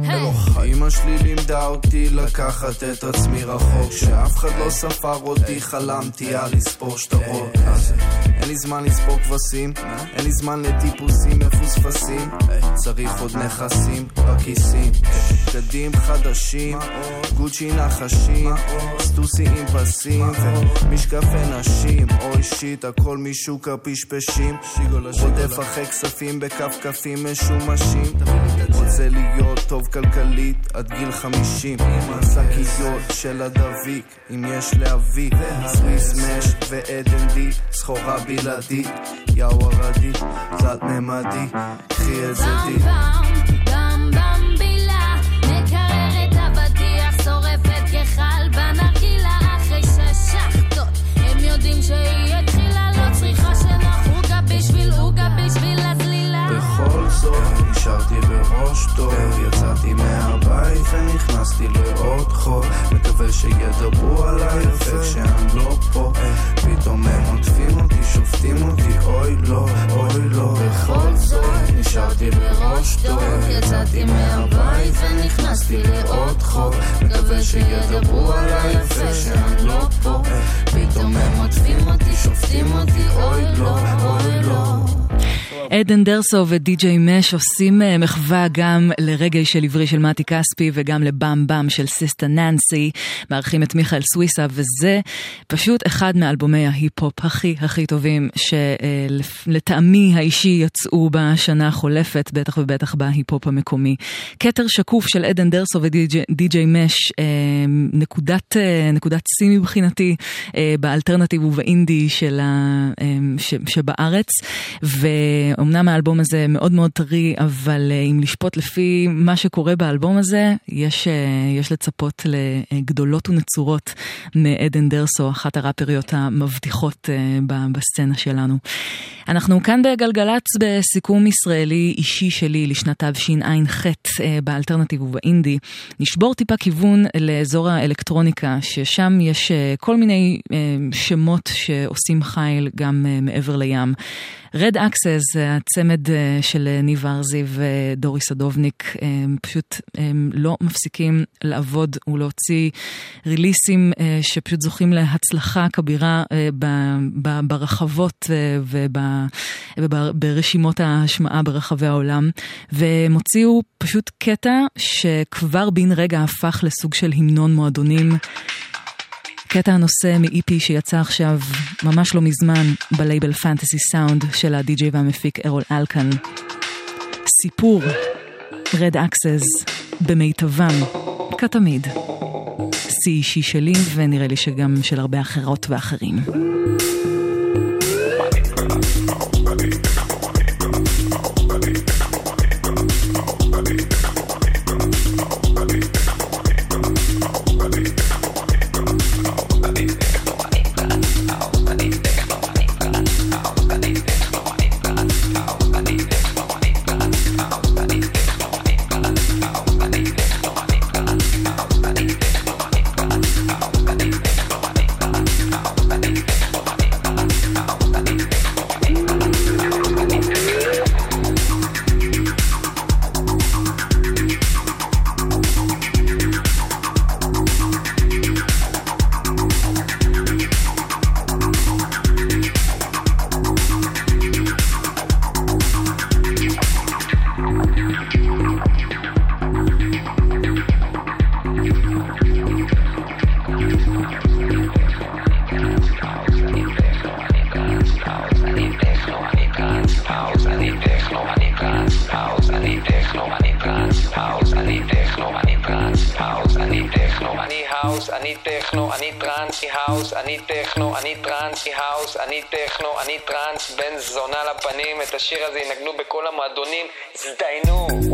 אמא שלי לימדה אותי לקחת את עצמי רחוק, שאף אחד לא ספר אותי, חלמתי על לספור שטרות, אז אין לי זמן לספור כבשים, אין לי זמן לטיפוסים מפוספסים, צריך עוד נכסים בכיסים, בגדים חדשים, גוצ'י נחשים, סטוסי עם פסים ומשקפי נשים, אוי שיט הכל משוק הפשפשים, רודף אחרי כספים בכפכפים משומשים, רוצה להיות טוב כלכלית עד גיל חמישים, שקיות של הדביק אם יש להביא, סוויס מש ועדן די, סחורה בלעדית, יאו הרדית, תלת ממדי, קחי את זה די, באם באם בילה, מקררת אבטיח שורפת כחל בנרגילה אחרי שש שחטות, הם יודעים שהיא התחילה לא צריכה שנחוגה בשביל עוגה בשביל הזלילה, בכל זאת נשארתי בראש טוב, יצאתי מהבית ונכנסתי לעוד חור, מקווה שידברו עליי יפה כשאני לא פה, פתאום הם עוטפים אותי, שופטים אותי, אוי לא, אוי לא, בכל זאת נשארתי בראש טוב, יצאתי מהבית ונכנסתי לעוד חור, מקווה שידברו עליי יפה כשאני לא פה, פתאום הם עוטפים אותי, שופטים אותי, אוי לא, אוי לא. עדן דרסו ודי-ג'יי מש עושים מחווה גם לרגע של עברי של מתי כספי וגם לבאם באם של סיסטר ננסי, מארחים את מיכאל סוויסה, וזה פשוט אחד מאלבומי ההיפ-הופ הכי הכי טובים שלטעמי האישי יצאו בשנה החולפת, בטח ובטח בהיפ-הופ המקומי. כתר שקוף של עדן דרסו ודי-ג'יי מש, נקודת, נקודת סי מבחינתי באלטרנטיב ובאינדי של ה, ש, שבארץ, ואומנם האלבום הזה מאוד מאוד טרי, אבל אם לשפוט לפי מה שקורה באלבום הזה, יש, יש לצפות לגדולות ונצורות מעדן דרסו, אחת הראפריות המבטיחות בסצנה שלנו. אנחנו כאן בגלגלץ בסיכום ישראלי אישי שלי לשנת תשע"ח באלטרנטיב ובאינדי. נשבור טיפה כיוון לאזור האלקטרוניקה, ששם יש כל מיני שמות שעושים חייל גם מעבר לים. רד אקסס, הצמד של ניב ארזי ודורי סדובניק, פשוט לא מפסיקים לעבוד ולהוציא ריליסים שפשוט זוכים להצלחה כבירה ברחבות וברשימות ההשמעה ברחבי העולם, ומוציאו פשוט קטע שכבר בין רגע הפך לסוג של המנון מועדונים. קטע הנושא מ-אי פי שיצא עכשיו ממש לא מזמן בלייבל פנטסי סאונד של הדי-ג'יי והמפיק ארול אלקן. סיפור רד אקסס במיטבם, כתמיד. סי אישי שלי ונראה לי שגם של הרבה אחרות ואחרים. בן זונה לפנים, את השיר הזה ינגנו בכל המועדונים, זדיינו.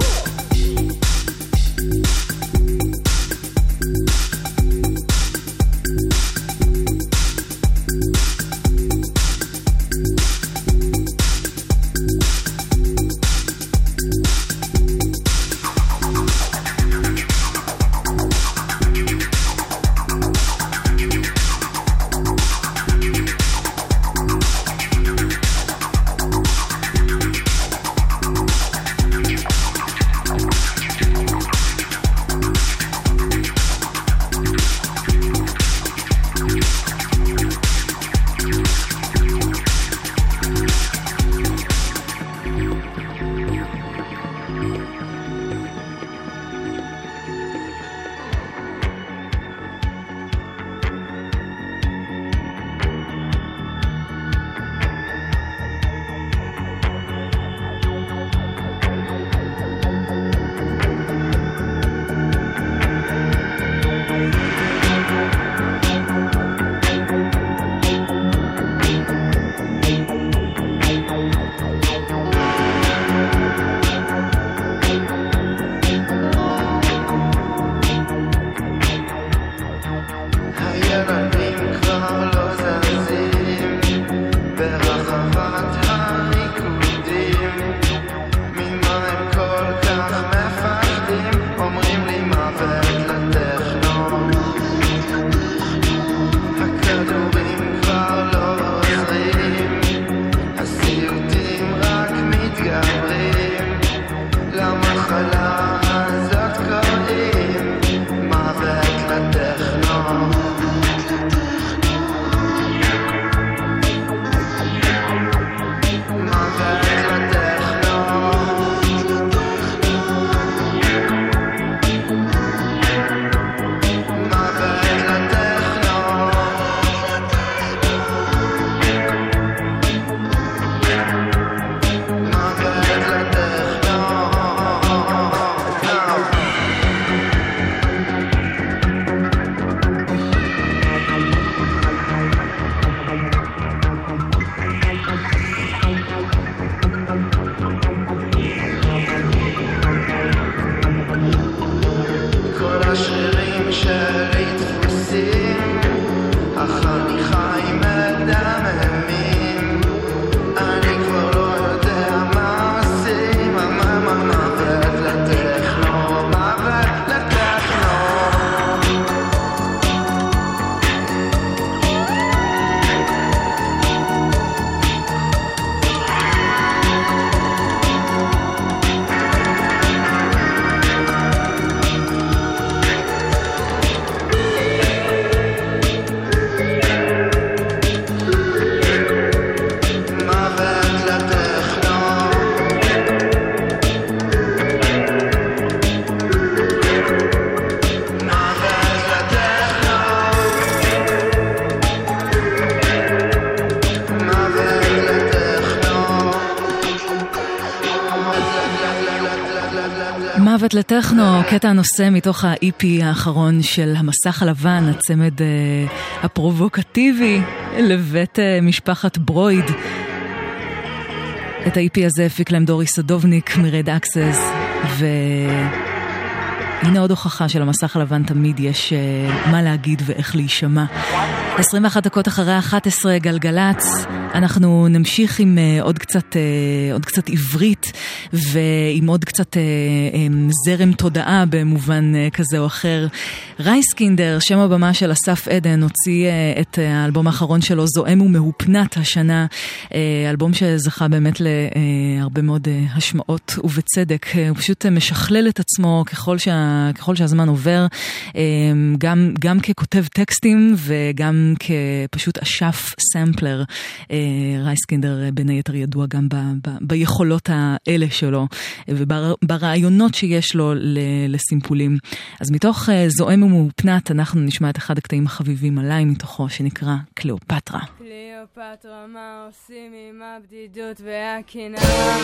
מוות לטכנו, קטע הנושא מתוך ה-אי פי האחרון של המסך הלבן, הצמד uh, הפרובוקטיבי לבית uh, משפחת ברויד. את ה-אי פי הזה הפיק להם דורי סדובניק מרד אקסס, והנה עוד הוכחה של המסך הלבן, תמיד יש uh, מה להגיד ואיך להישמע. עשרים ואחת דקות אחרי אחת עשרה גלגלץ, אנחנו נמשיך עם uh, עוד קצת uh, עוד קצת עברית ועם עוד קצת uh, um, זרם תודעה במובן uh, כזה או אחר. רייסקינדר, שם הבמה של אסף עדן, הוציא uh, את האלבום האחרון שלו, זועם ומהופנת השנה, uh, אלבום שזכה באמת להרבה מאוד uh, השמעות ובצדק. Uh, הוא פשוט uh, משכלל את עצמו ככל, שה, ככל שהזמן עובר, uh, גם, גם ככותב טקסטים וגם כפשוט אשף סמפלר. רייסקינדר בין היתר ידוע גם ב, ב, ביכולות האלה שלו וברעיונות שיש לו לסימפולים. אז מתוך זועם ומהופנת אנחנו נשמע את אחד הקטעים החביבים עליי מתוכו, שנקרא קליאופטרה. קליאופטרה, מה עושים עם הבדידות והקנאה?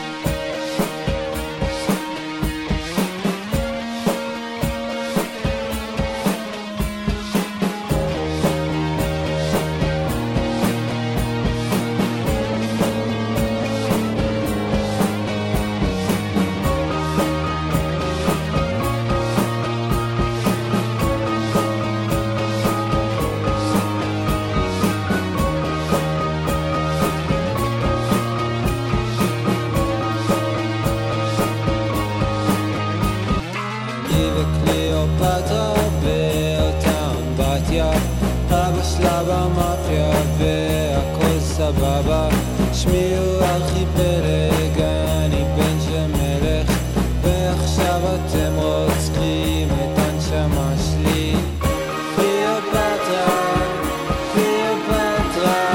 במאפיה והכל סבבה, שמי הוא ארכיפלג, אני בן של מלך, ועכשיו אתם רוצחים את הנשמה שלי. קליאופטרה, קליאופטרה,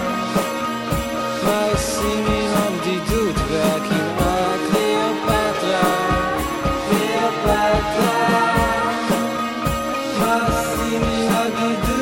מה עושים עם הבדידות והקנאה? קליאופטרה, קליאופטרה, מה עושים עם הבדידות?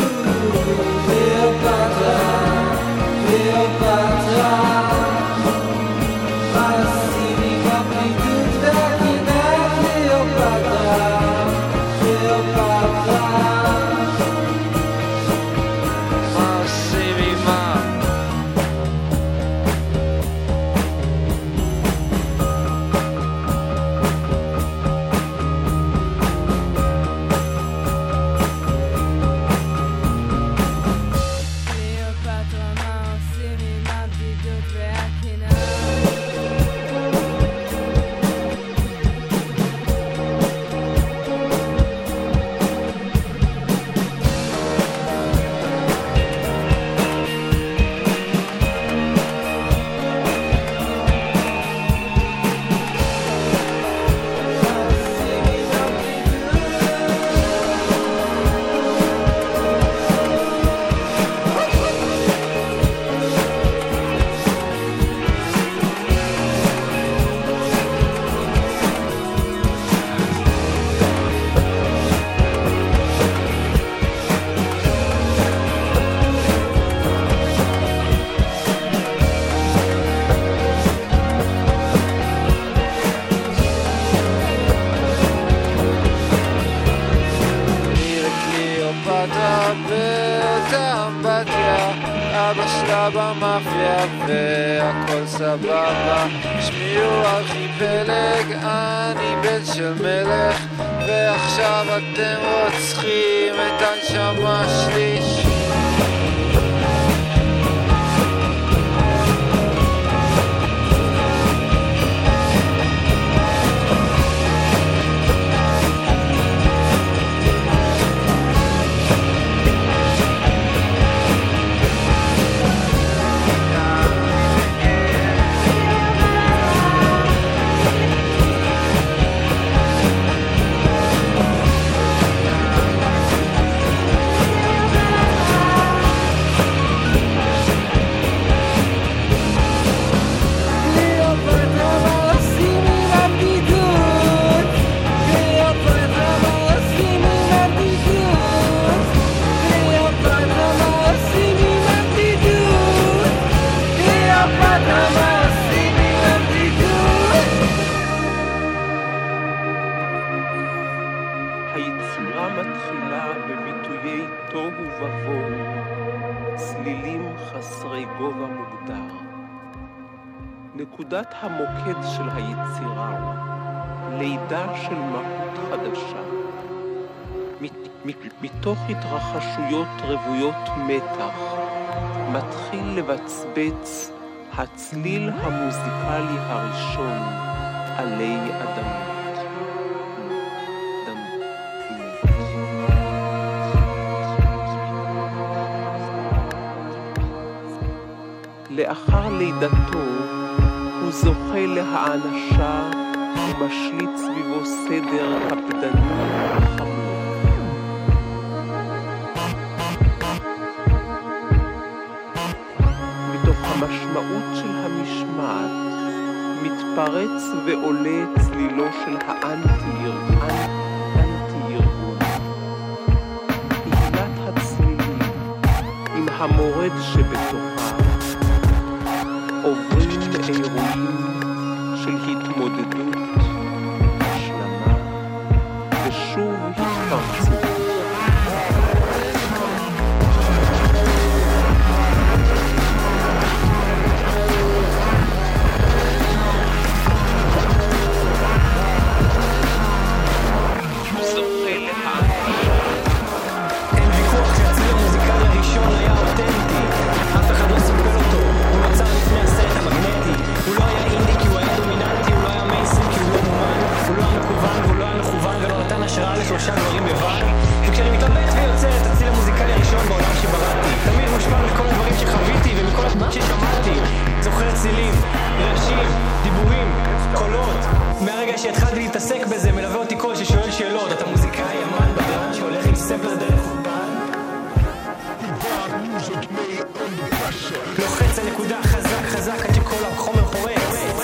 במאפיה והכל סבבה, שמי הוא ארכיפלג, אני בן של מלך, ועכשיו אתם רוצחים את הנשמה שלי. Cleopatra, צלילים חסרי גובה מוגדר. נקודת המוקד של היצירה הוא לידה של מהות חדשה. מתוך התרחשויות רבויות מתח מתחיל לבצבץ הצליל המוזיקלי הראשון עלי אדמות. לאחר לידתו הוא זוכה להענשה ומשליט סביבו סדר קפדני חמור. מתוך המשמעות של המשמעת מתפרץ ועולה צלילו של האנטי-ארגון. קהילת הצלילים עם המורד שבתוכה עוברים אירועים של התמודדות, השלמה ושוב התפרצות. שלושה דברים לבד, וכשאני מתלבט ויוצא את הציל המוזיקלי הראשון בעולם שבראתי, תמיד מושפע מכל הדברים שחוויתי ומכל הדברים ששמעתי. זוכר צילים, רעשים, דיבורים, קולות. מהרגע שהתחלתי להתעסק בזה מלווה אותי קול ששואל שאלות. אתה מוזיקאי אמן בגרן שהולך עם סמפלר דרך אולפן, לוחץ על נקודה חזק חזק עד שכל החומר חורץ.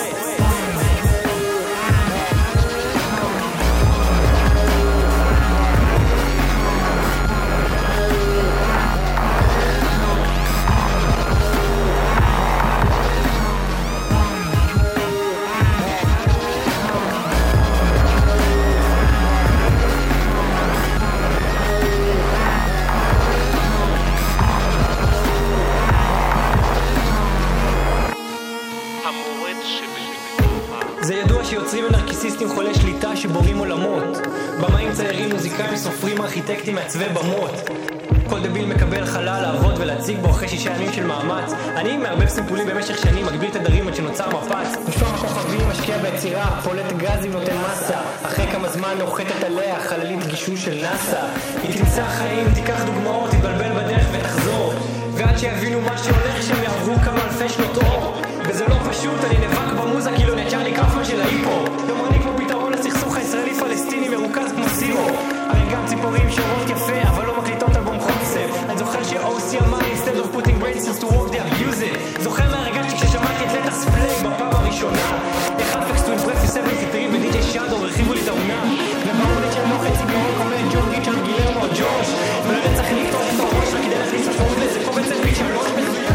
זה ידוע שיוצרים ונרקיסיסטים חולי שליטה שבורים עולמות. במאים ציירים, מוזיקאים, סופרים, ארכיטקטים, מעצבי במות. כל דביל מקבל חלל לעבוד ולהציג בו אחרי שישה ימים של מאמץ. אני מערבב סימפולים במשך שנים, מגביל תדרים עד שנוצר מפץ. מושפע מכוכבים, משקיע ביצירה, פולט גזים, נותן מסה. אחרי כמה זמן נוחתת עליה חללית גישוש של נאסא. היא תמצא חיים, תיקח דוגמאות, תתבלבל בדרך ותחזור. ועד שיבינו מה שהולך שם יעברו כמה אלפי שנות אור. וזה לא פשוט, אני נאבק במוזה כאילו נצ'רלי קאפמן של ההיפו. יומרני כמו פתרון לסכסוך הישראלי-פלסטיני מרוכז כמו סירו. הרי גם ציפורים שורות יפה אבל לא מקליטות אלבום קונספט. אני זוכר ש-או סי אמר instead of putting brain cells to work they abuse it. זוכר מהרגע שכששמעתי את לטס פליי בפעם הראשונה, איך אפקס to impress you שבעים ותשעים ודי-ג'יי שאדו הרחיבו לי את העונה. ובאומנית של נוחת ציפורון קומד ג'ון ריצ'רד גילרמו ג'וש, ולרצח לפתוח את הראש רק כדי להכניס משמעות לזה קובץ את פי שלוש מזוין.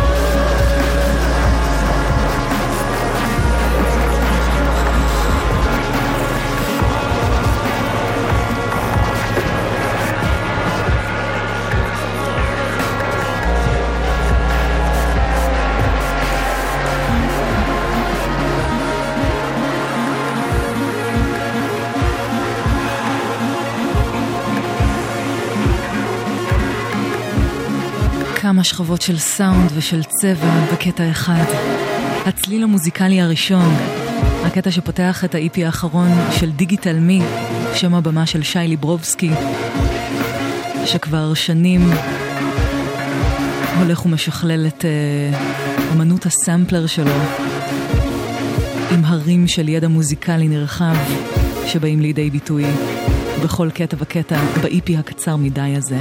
כמה שכבות של סאונד ושל צבע בקטע אחד. הצליל המוזיקלי הראשון, הקטע שפותח את ה-אי פי האחרון של דיגיטל מי, שם הבמה של שי ליברובסקי, שכבר שנים הולך ומשכלל את uh, אמנות הסמפלר שלו, עם הרים של ידע מוזיקלי נרחב שבאים לידי ביטוי בכל קטע וקטע ב-אי פי הקצר מדי הזה.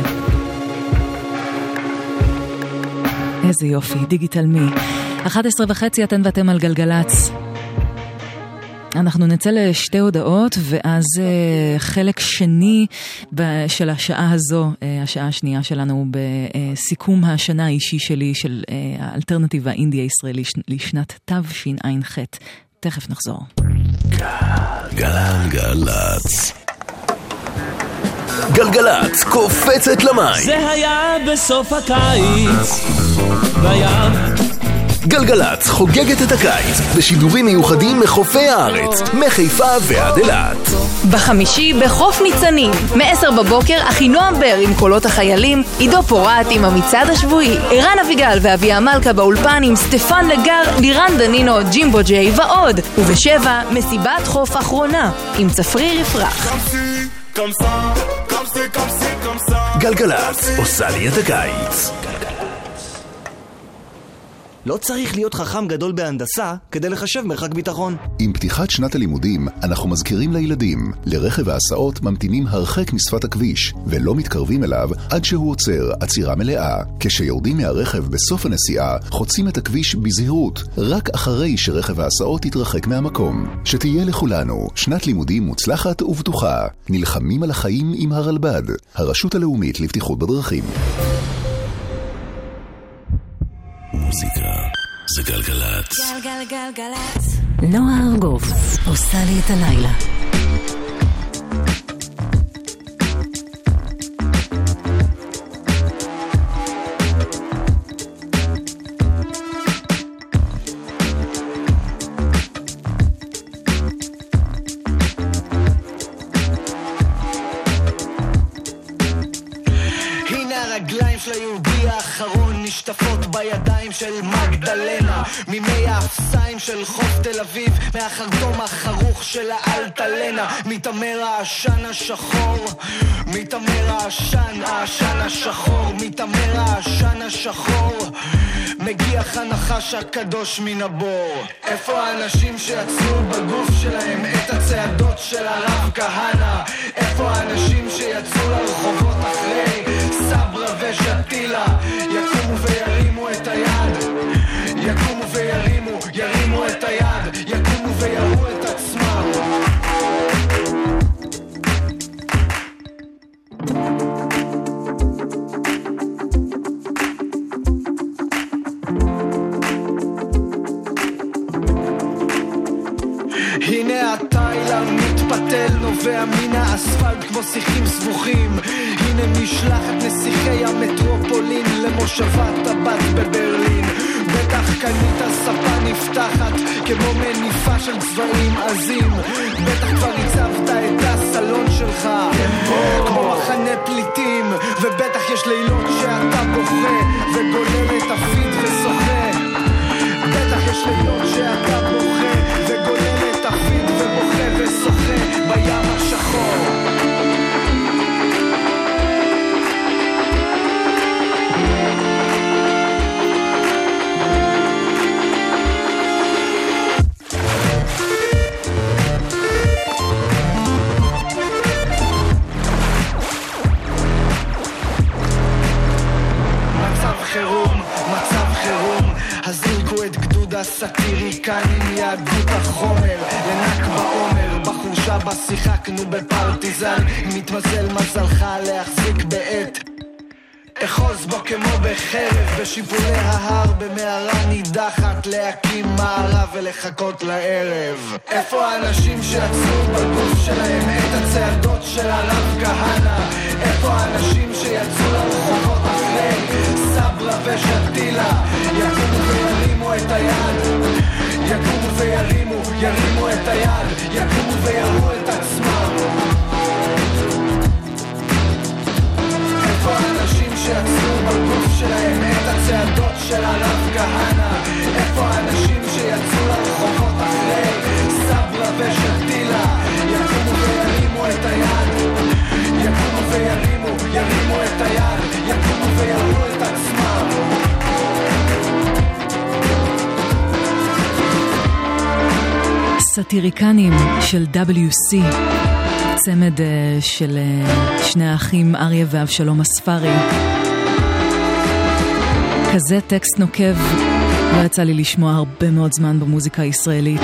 איזה יופי, דיגיטל מי. אחת עשרה וחצי אתן ואתם על גלגלץ. אנחנו נצא לשתי הודעות, ואז uh, חלק שני ב- של השעה הזו, uh, השעה השנייה שלנו בסיכום השנה האישי שלי של uh, האלטרנטיב האינדי הישראלי ש- לשנת תשע"ח. תכף נחזור. גלגלץ. גלגלת קופצת למים. זה היה בסוף הקיץ בים. גלגלת חוגגת את הקיץ בשידורים מיוחדים מחופי הארץ, מחיפה ועד אילת. בחמישי בחוף ניצנים, מ-עשר בבוקר אחינועם בר עם קולות החיילים, עידו פורט עם המצעד השבועי, ערן אביגל ואביה מלכה באולפן עם סטפן לגר, לירן דנינו, ג'ימבו ג'יי ועוד. ובשבע מסיבת חוף אחרונה עם צפריר יפרח. גלגלת עושה לי את הקיץ. לא צריך להיות חכם גדול בהנדסה כדי לחשב מרחק ביטחון. עם פתיחת שנת הלימודים, אנחנו מזכירים לילדים, לרכב ההסעות ממתינים הרחק משפת הכביש, ולא מתקרבים אליו עד שהוא עוצר עצירה מלאה. כשיורדים מהרכב בסוף הנסיעה, חוצים את הכביש בזהירות, רק אחרי שרכב ההסעות יתרחק מהמקום. שתהיה לכולנו שנת לימודים מוצלחת ובטוחה. נלחמים על החיים עם הרלב"ד, הרשות הלאומית לבטיחות בדרכים. מוזיקה זה גלגלת. גלגלגלגלת. נועה ארגוב עושה לי את הלילה. הרגליים של היהודי האחרון נשטפות בידיים של מגדלנה, ממי האפסיים של חוף תל אביב, מהחרטום החרוך של האלטלנה, מתאמר העשן השחור, מתאמר העשן, העשן השחור, מתאמר העשן השחור, מגיח הנחש הקדוש מן הבור. איפה האנשים שיצרו בגוף שלהם את הצעדות של הרב כהנא? איפה האנשים שיצאו לרחובות אחרי סברה ושתילה? יקומו וירימו את היד, יקומו וירימו, ירימו את היד, יקומו ויראו את עצמם. הנה התילה מתפתל נובע מן האספלט כמו שיחים סבוכים. הנה משלחת נסיכי המטרופולין למושבת הבת בברלין. בטח קנית ספה נפתחת כמו מניפה של צבעים עזים. בטח כבר הצבת את הסלון שלך כמו מחנה פליטים. ובטח יש לילות שאתה בוכה וגולל את הפיד ושוחה. בטח יש לילות שאתה בוכה וגולל את הפיד ובוכה ושוחה בים השחור. חירום, מצב חירום, הזריקו את גדוד הסאטיריקנים, יהדות החומר, לנק בעומר, בחורשה בה שיחקנו בפרטיזן, מתמזל מזלך להחזיק בעת, אחוז בו כמו בחרב, בשיפולי ההר, במערה נידחת, להקים מערה ולחכות לערב. איפה האנשים שיצרו בגוף שלהם את הצעדות של הרב כהנא? איפה האנשים שיצאו לרחובות אחרי סברה ושתילה? יקומו וירימו את היד, יקומו וירימו, ירימו את היד, יקומו ויראו את עצמם. איפה האנשים שיצרו בגוף שלהם את הצעדות של הרב כהנא? איפה האנשים שיצאו לרחובות אחרי סברה ושתילה? יקומו וירימו את היד, יקומו וירימו, ירימו את היד, יקומו ויראו את עצמם. סאטיריקנים של דאבליו סי, צמד uh, של uh, שני האחים אריה ואבשלום הספרי. כזה טקסט נוקב לא יצא לי לשמוע הרבה מאוד זמן במוזיקה הישראלית.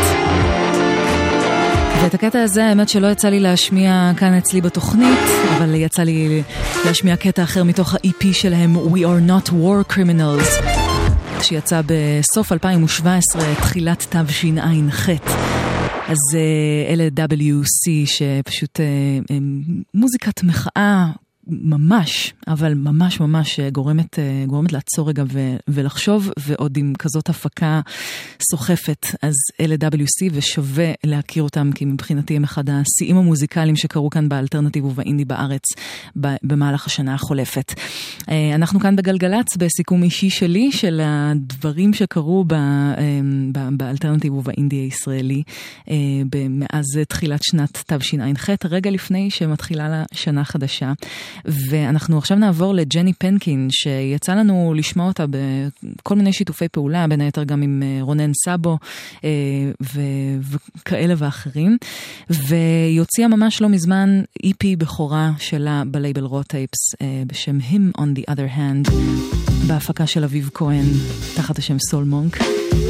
ואת הקטע הזה האמת שלא יצא לי להשמיע כאן אצלי בתוכנית, אבל יצא לי להשמיע קטע אחר מתוך ה-אי פי שלהם We Are Not War Criminals, שיצא בסוף אלפיים שבע עשרה, תחילת תשע"ח. אז אלה דאבליו סי שפשוט מוזיקת מחאה ממש, אבל ממש ממש גורמת, גורמת לעצור רגע ו- ולחשוב, ועוד עם כזאת הפקה סוחפת, אז אלה דאבליו סי ושווה להכיר אותם, כי מבחינתי הם אחד השיאים המוזיקליים שקרו כאן באלטרנטיב ובאינדי בארץ במהלך השנה החולפת. אנחנו כאן בגלגלץ בסיכום אישי שלי של הדברים שקרו באלטרנטיב ובאינדי הישראלי מאז תחילת שנת תשע"ח, רגע לפני שמתחילה לה שנה חדשה. ואנחנו עכשיו נעבור לג'ני פנקין, שיצא לנו לשמוע אותה בכל מיני שיתופי פעולה, בין היתר גם עם רונן סאבו וכאלה ואחרים, והיא הוציאה ממש לא מזמן אי פי בכורה שלה בלייבל רוטייפס, בשם Him on the Other Hand, בהפקה של אביב כהן, תחת השם סול מונק,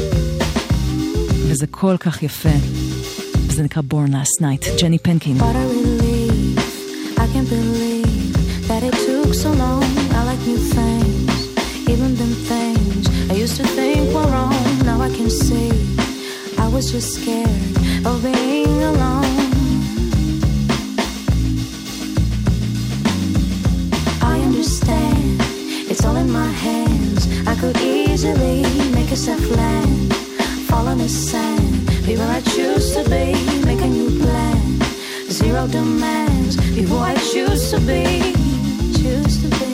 וזה כל כך יפה, וזה נקרא Born Last Night, ג'ני פנקין. What a relief, I can't believe that it took so long. I like new things, even them things I used to think were wrong. Now I can see I was just scared of being alone. I understand, it's all in my hands. I could easily make a soft land, fall on the sand, be where I choose to be, make a new plan. Zero demands, be who I choose to be. Choose to be.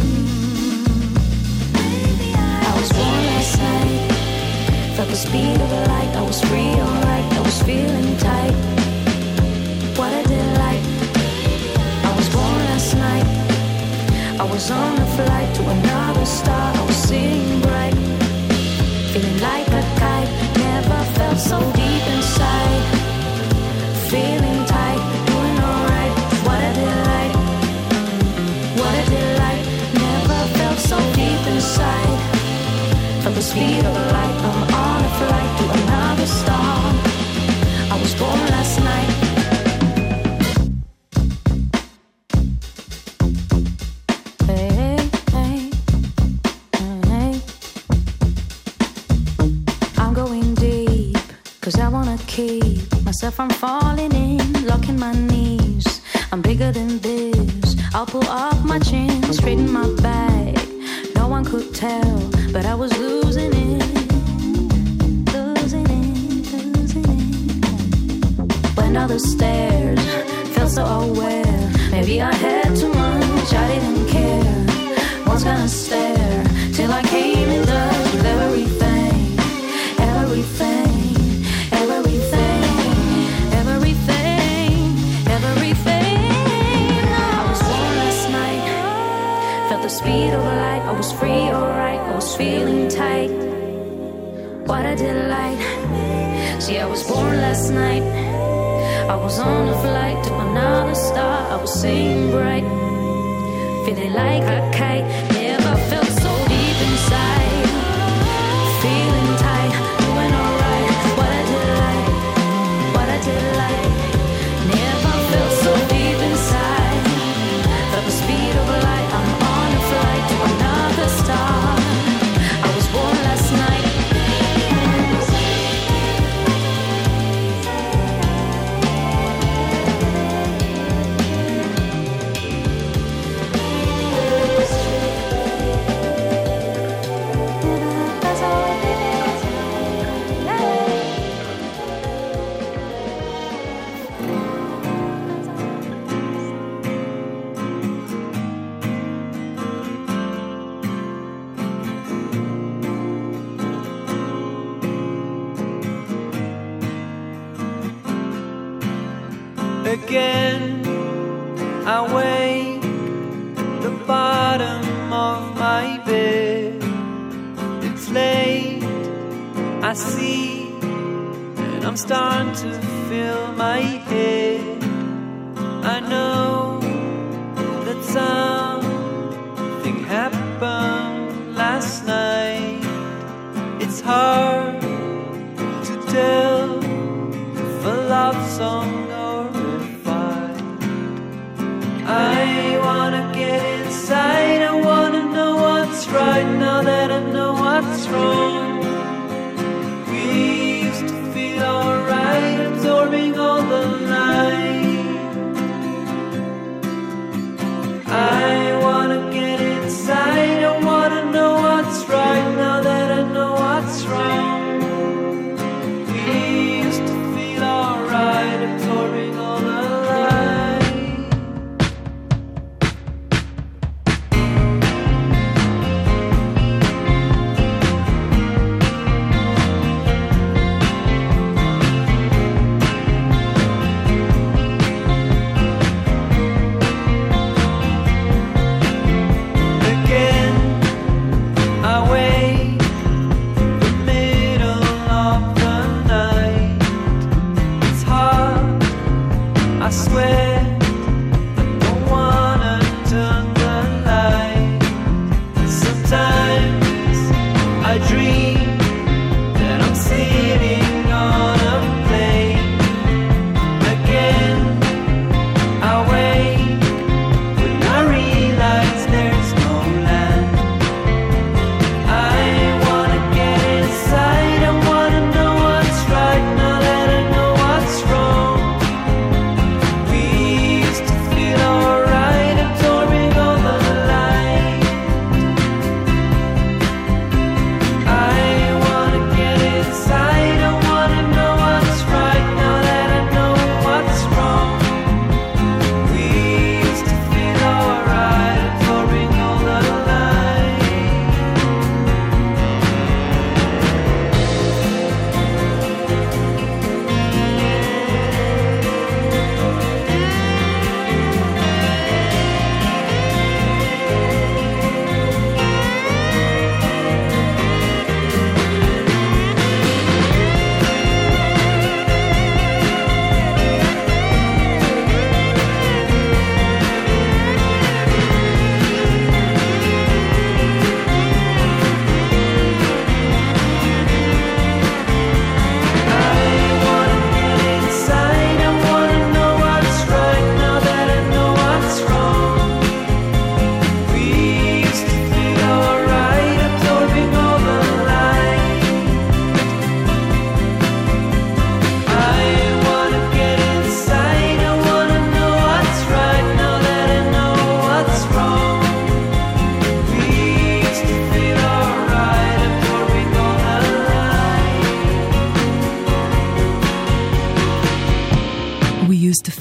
I was born last night, felt the speed of the light. I was free, alright, I was feeling tight. What a delight. I was born last night, I was on a flight to another star. I was seeing bright, feeling like a kite. Never felt so deep inside, feeling tight, doing alright. What a delight. What a delight, never felt so deep inside. Felt the speed of light, I'm on a flight to another star. I was born last night. Hey, hey, hey. I'm going deep, cause I wanna keep myself from falling in, locking my knees. I'm bigger than this, I'll pull up my chin, straighten my back. No one could tell, but I was losing it, losing it, losing it. Went down the stairs, felt so aware. Maybe I had too much, I didn't care. Was gonna stare till I came in love with everything, everything, everything, everything, everything. The speed of light, I was free, alright, I was feeling tight. What a delight. See, I was born last night, I was on a flight to another star. I was seeing bright, feeling like a kite. Never felt so deep inside, feeling tight, doing alright. What a delight, what a delight. Never felt so deep inside, felt the speed of light. I'm on a flight to another star. I was born last night. Again, I wake the bottom of my bed. It's late, I see, and I'm starting to fill my head. I know that something happened last night. It's hard to tell if a love song or a fight. I wanna get inside, I wanna know what's right now that I know what's wrong. We used to feel alright until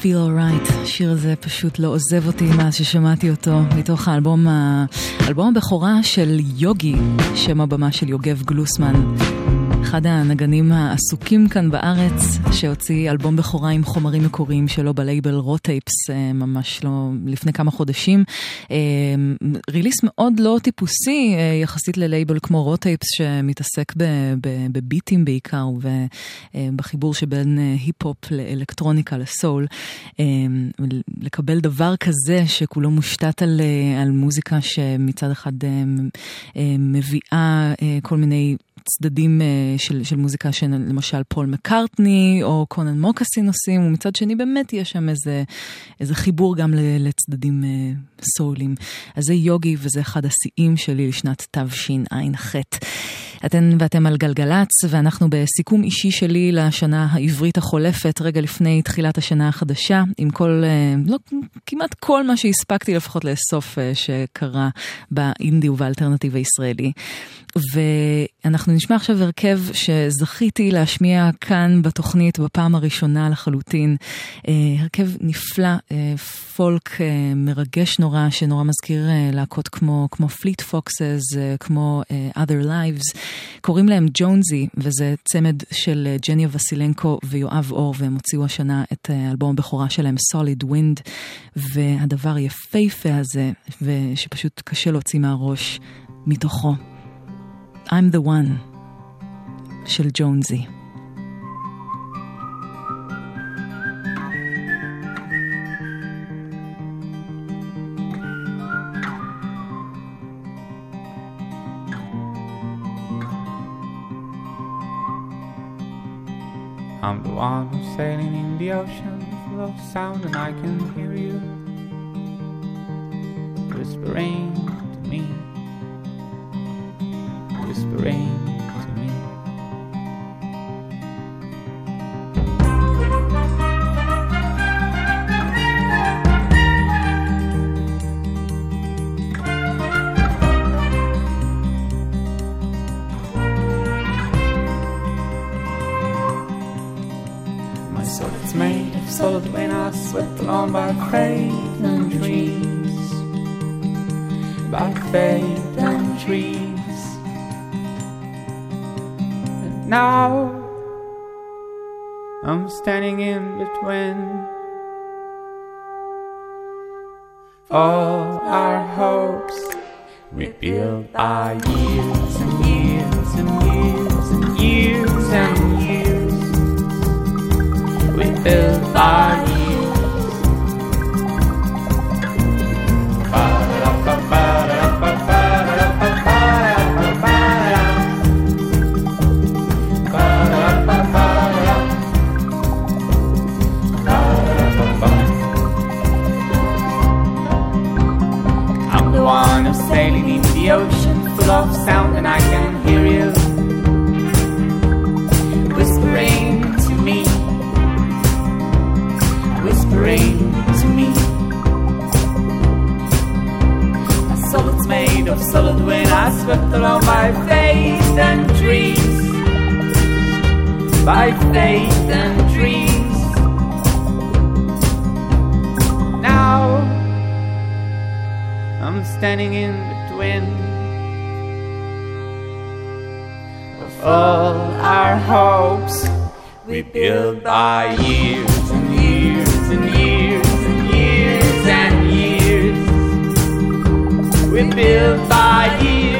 Feel Alright. השיר הזה פשוט לא עוזב אותי מאז ששמעתי אותו מתוך האלבום, האלבום הבכורה של יוגי, שם הבמה של יוגב גלוסמן. אחד הנגנים העסוקים כאן בארץ, שהוציא אלבום בכורה עם חומרים מקוריים שלו בלייבל רוטייפס, ממש לא לפני כמה חודשים. ריליס מאוד לא טיפוסי, יחסית ללייבל כמו רוטייפס, שמתעסק בביטים בעיקר, ובחיבור שבין היפ-הופ לאלקטרוניקה לסול. לקבל דבר כזה שכולו מושתת על, על מוזיקה שמצד אחד מביאה כל מיני צדדים של, של מוזיקה שלמשל פול מקארטני או קונן מוקסין עושים, ומצד שני באמת יש שם איזה, איזה חיבור גם לצדדים סולים. אז זה יוגי, וזה אחד השיאים שלי לשנת תשע"ח. אתן ואתם על גלגלץ, ואנחנו בסיכום אישי שלי לשנה העברית החולפת, רגע לפני תחילת השנה החדשה, עם כל, לא, כמעט כל מה שהספקתי לפחות לאסוף שקרה באינדי ובאלטרנטיב הישראלי. ואנחנו נשמע עכשיו הרכב שזכיתי להשמיע כאן בתוכנית בפעם הראשונה לחלוטין. הרכב נפלא, פולק מרגש נורא, שנורא מזכיר להקות כמו, כמו פליט פוקסס, כמו Other Lives. קוראים להם ג'ונזי, וזה צמד של ג'ניה וסילנקו ויואב אור, והם הוציאו השנה את אלבום הבכורה שלהם, Solid Wind, והדבר יפהפה הזה, ושפשוט קשה להוציא מהראש מתוכו. I'm the one של ג'ונזי. I'm the one who's sailing in the ocean full of sound, and I can hear you whispering to me, whispering to me. My soul is made of solid when I swept along by faith and dreams, by faith and dreams. Now I'm standing in between all our hopes we built by years and years and years and years and years. We built by years. Sailing in the ocean full of sound, and I can hear you whispering to me, whispering to me. My soul is made of solid when I swept along by faith and dreams, by faith and dreams. Now I'm standing in between of all our hopes we built by years and years and years and years and years. We built by years.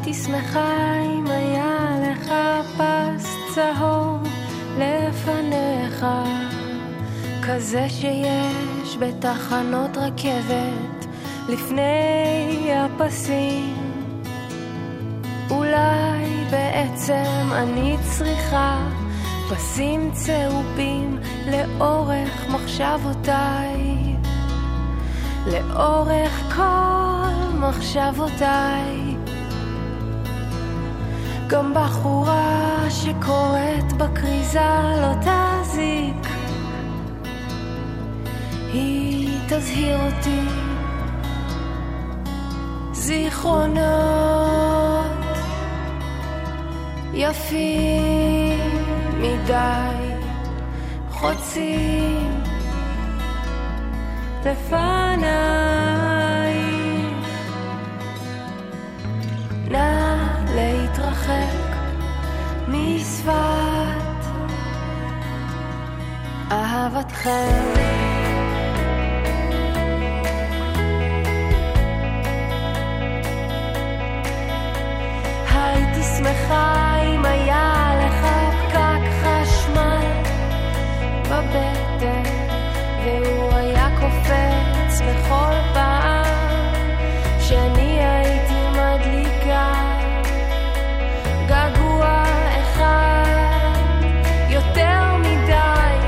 הייתי שמחה אם היה לך פס צהוב לפניך, כזה שיש בתחנות רכבת לפני הפסים. אולי בעצם אני צריכה פסים צהובים לאורך מחשבותיי, לאורך כל מחשבותיי. גם בחורה שקוראת בקריזה לא תזיק, היא תזהיר אותי. זיכרונות יפים מדי חוצים לפניי, נא להתרחק משפת אהבתכם. הייתי שמחה אם היה לך פקק חשמל בבטן, והוא היה קופץ בכל פעם שאני הייתי מדליקה געגוע אחד יותר מדי,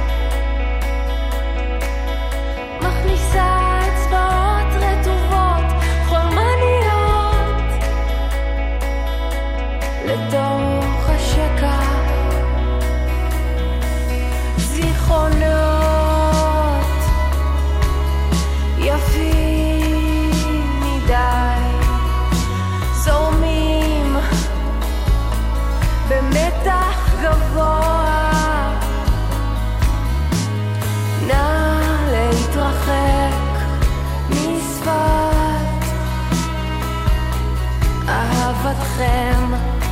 מכניסה אצבעות רטובות חולמניות לתוך השקע. זיכרונות יפים מדי זורמים במתח גבוה, נא להתרחק משפת אהבתכם.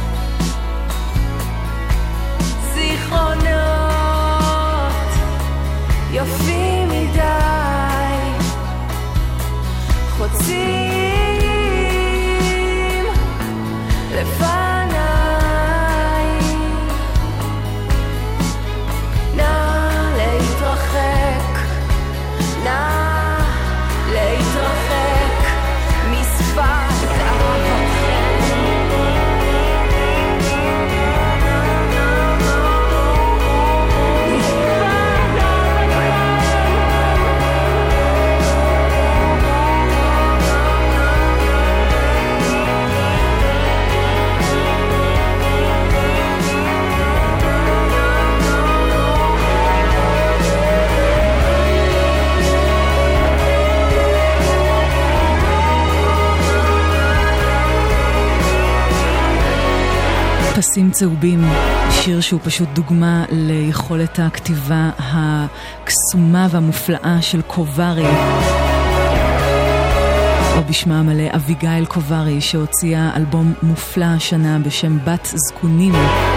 זיכרונות יפים מדי חוצים לפניי, נא להתרחק, נא להתרחק משפת אהבתכם. פסים צהובים, שיר שהוא פשוט דוגמה ליכולת הכתיבה הקסומה והמופלאה של קוברי, או בשמה המלא אביגיל קוברי, שהוציאה אלבום מופלא השנה בשם בת זקונים.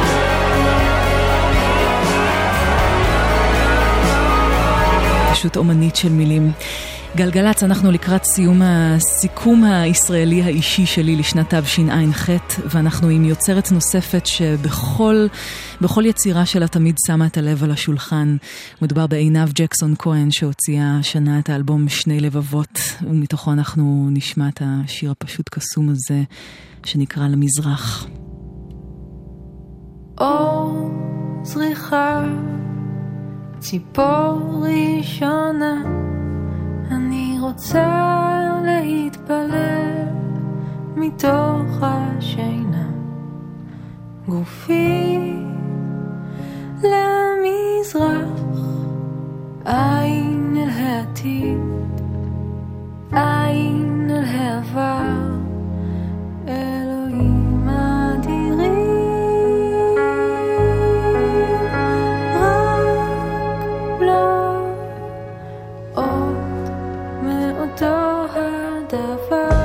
פשוט אומנית של מילים. גלגלץ, אנחנו לקראת סיום הסיכום הישראלי האישי שלי לשנת תשע"ח, ואנחנו עם יוצרת נוספת שבכל בכל יצירה שלה תמיד שמה את הלב על השולחן. מדובר בעינב ג'קסון כהן שהוציאה השנה את האלבום שני לבבות, ומתוכו אנחנו נשמע את השיר הפשוט קסום הזה שנקרא למזרח. אור זריחה, ציפור ראשונה, אני רוצה להתפלל מתוך השינה, גופי למזרח, עין אל העתיד, עין אל העבר, אלוהים אדירים, רק לא עוד מאותו הדבר.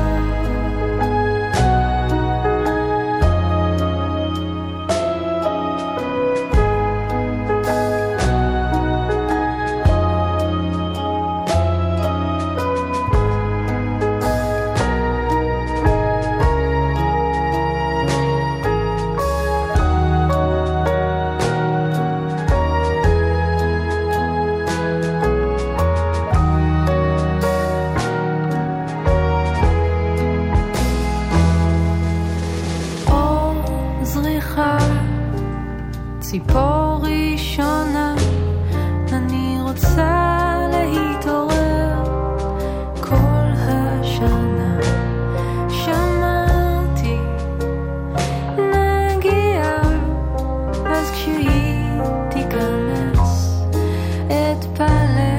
ציפור ראשונה, אני רוצה להתעורר כל השנה. שמרתי נגיעה, אז כשהיא תיכנס אתפלל.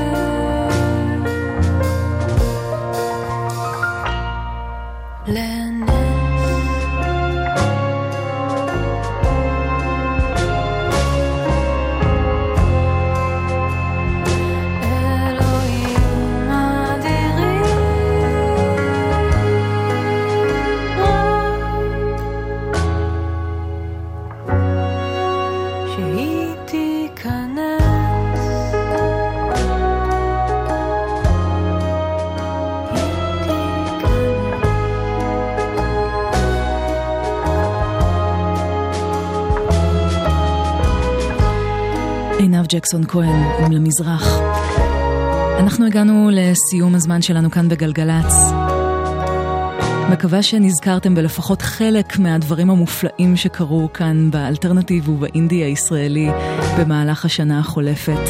ג'קסון כהן עם למזרח. אנחנו הגענו לסיום הזמן שלנו כאן בגלגלץ. מקווה שנזכרתם בלפחות חלק מהדברים המופלאים שקרו כאן באלטרנטיב ובאינדי הישראלי במהלך השנה החולפת.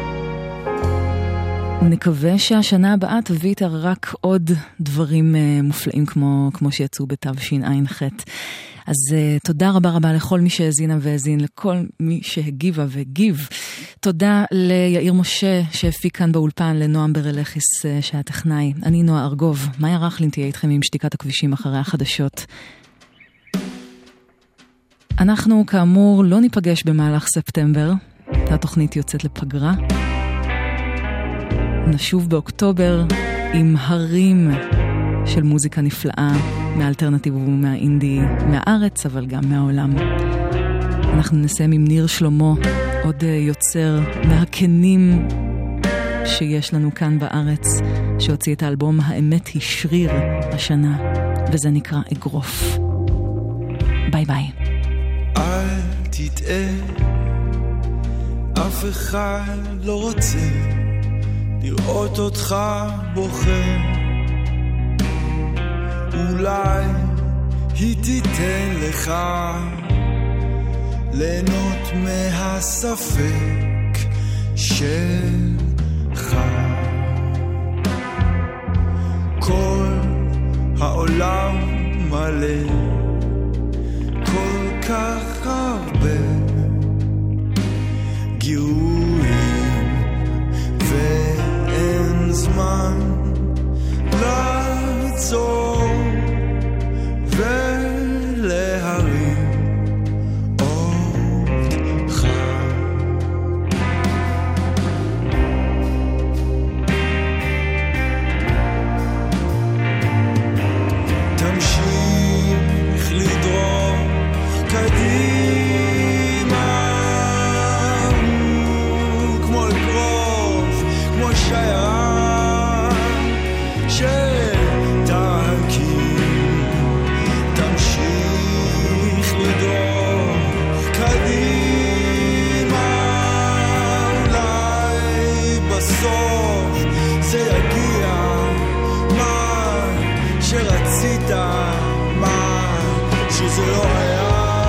נקווה שהשנה הבאה תביא איתה רק עוד דברים מופלאים כמו, כמו שיצאו בתשע"ח. אז uh, תודה רבה רבה לכל מי שהזינה והזין, לכל מי שהגיבה והגיב. תודה ליאיר משה שהפיק כאן באולפן, לנועם ברלכיס uh, שהטכנאי. אני נועה ארגוב, מאיה רכלין תהיה איתכם עם שתיקת הכבישים אחרי החדשות. אנחנו כאמור לא ניפגש במהלך ספטמבר, התוכנית יוצאת לפגרה. נשוב באוקטובר עם הרים של מוזיקה נפלאה, מהאלטרנטיב ומהאינדי, מהארץ, אבל גם מהעולם. אנחנו נסיים עם ניר שלמה, עוד יוצר מהכנים שיש לנו כאן בארץ, שהוציא את האלבום האמת היא שריר השנה, וזה נקרא אגרוף. ביי ביי. אל תטעה, אף אחד לא רוצה לראות אותך בוחר. אולי היא תיתן לך ליהנות מהספק שלך. כל העולם מלא כל כך הרבה גירויים, ואין זמן לעצור ולהרים אותך. תמשיך לדרוך קדימה כמו אגרוף, כמו שיירה שתקים. תמשיך לדרוך קדימה, אולי בסוף זה יגיע מה שרצית, מה שזה לא היה.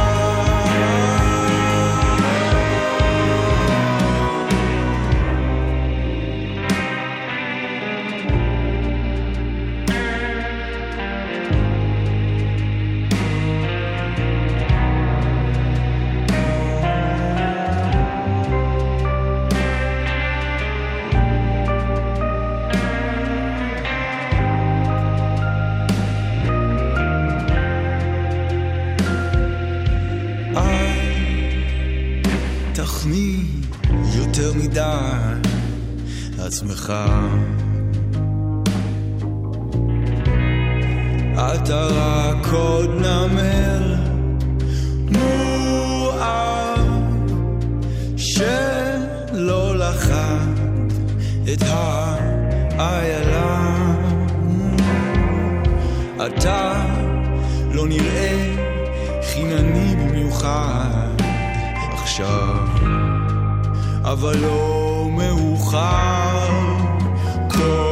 תחמיא יותר מדי עצמך, אתה רק עוד נמר מואר שלא לחד את האיילה. אתה לא נראה חינני במיוחד עכשיו, אבל לא מאוחר. כל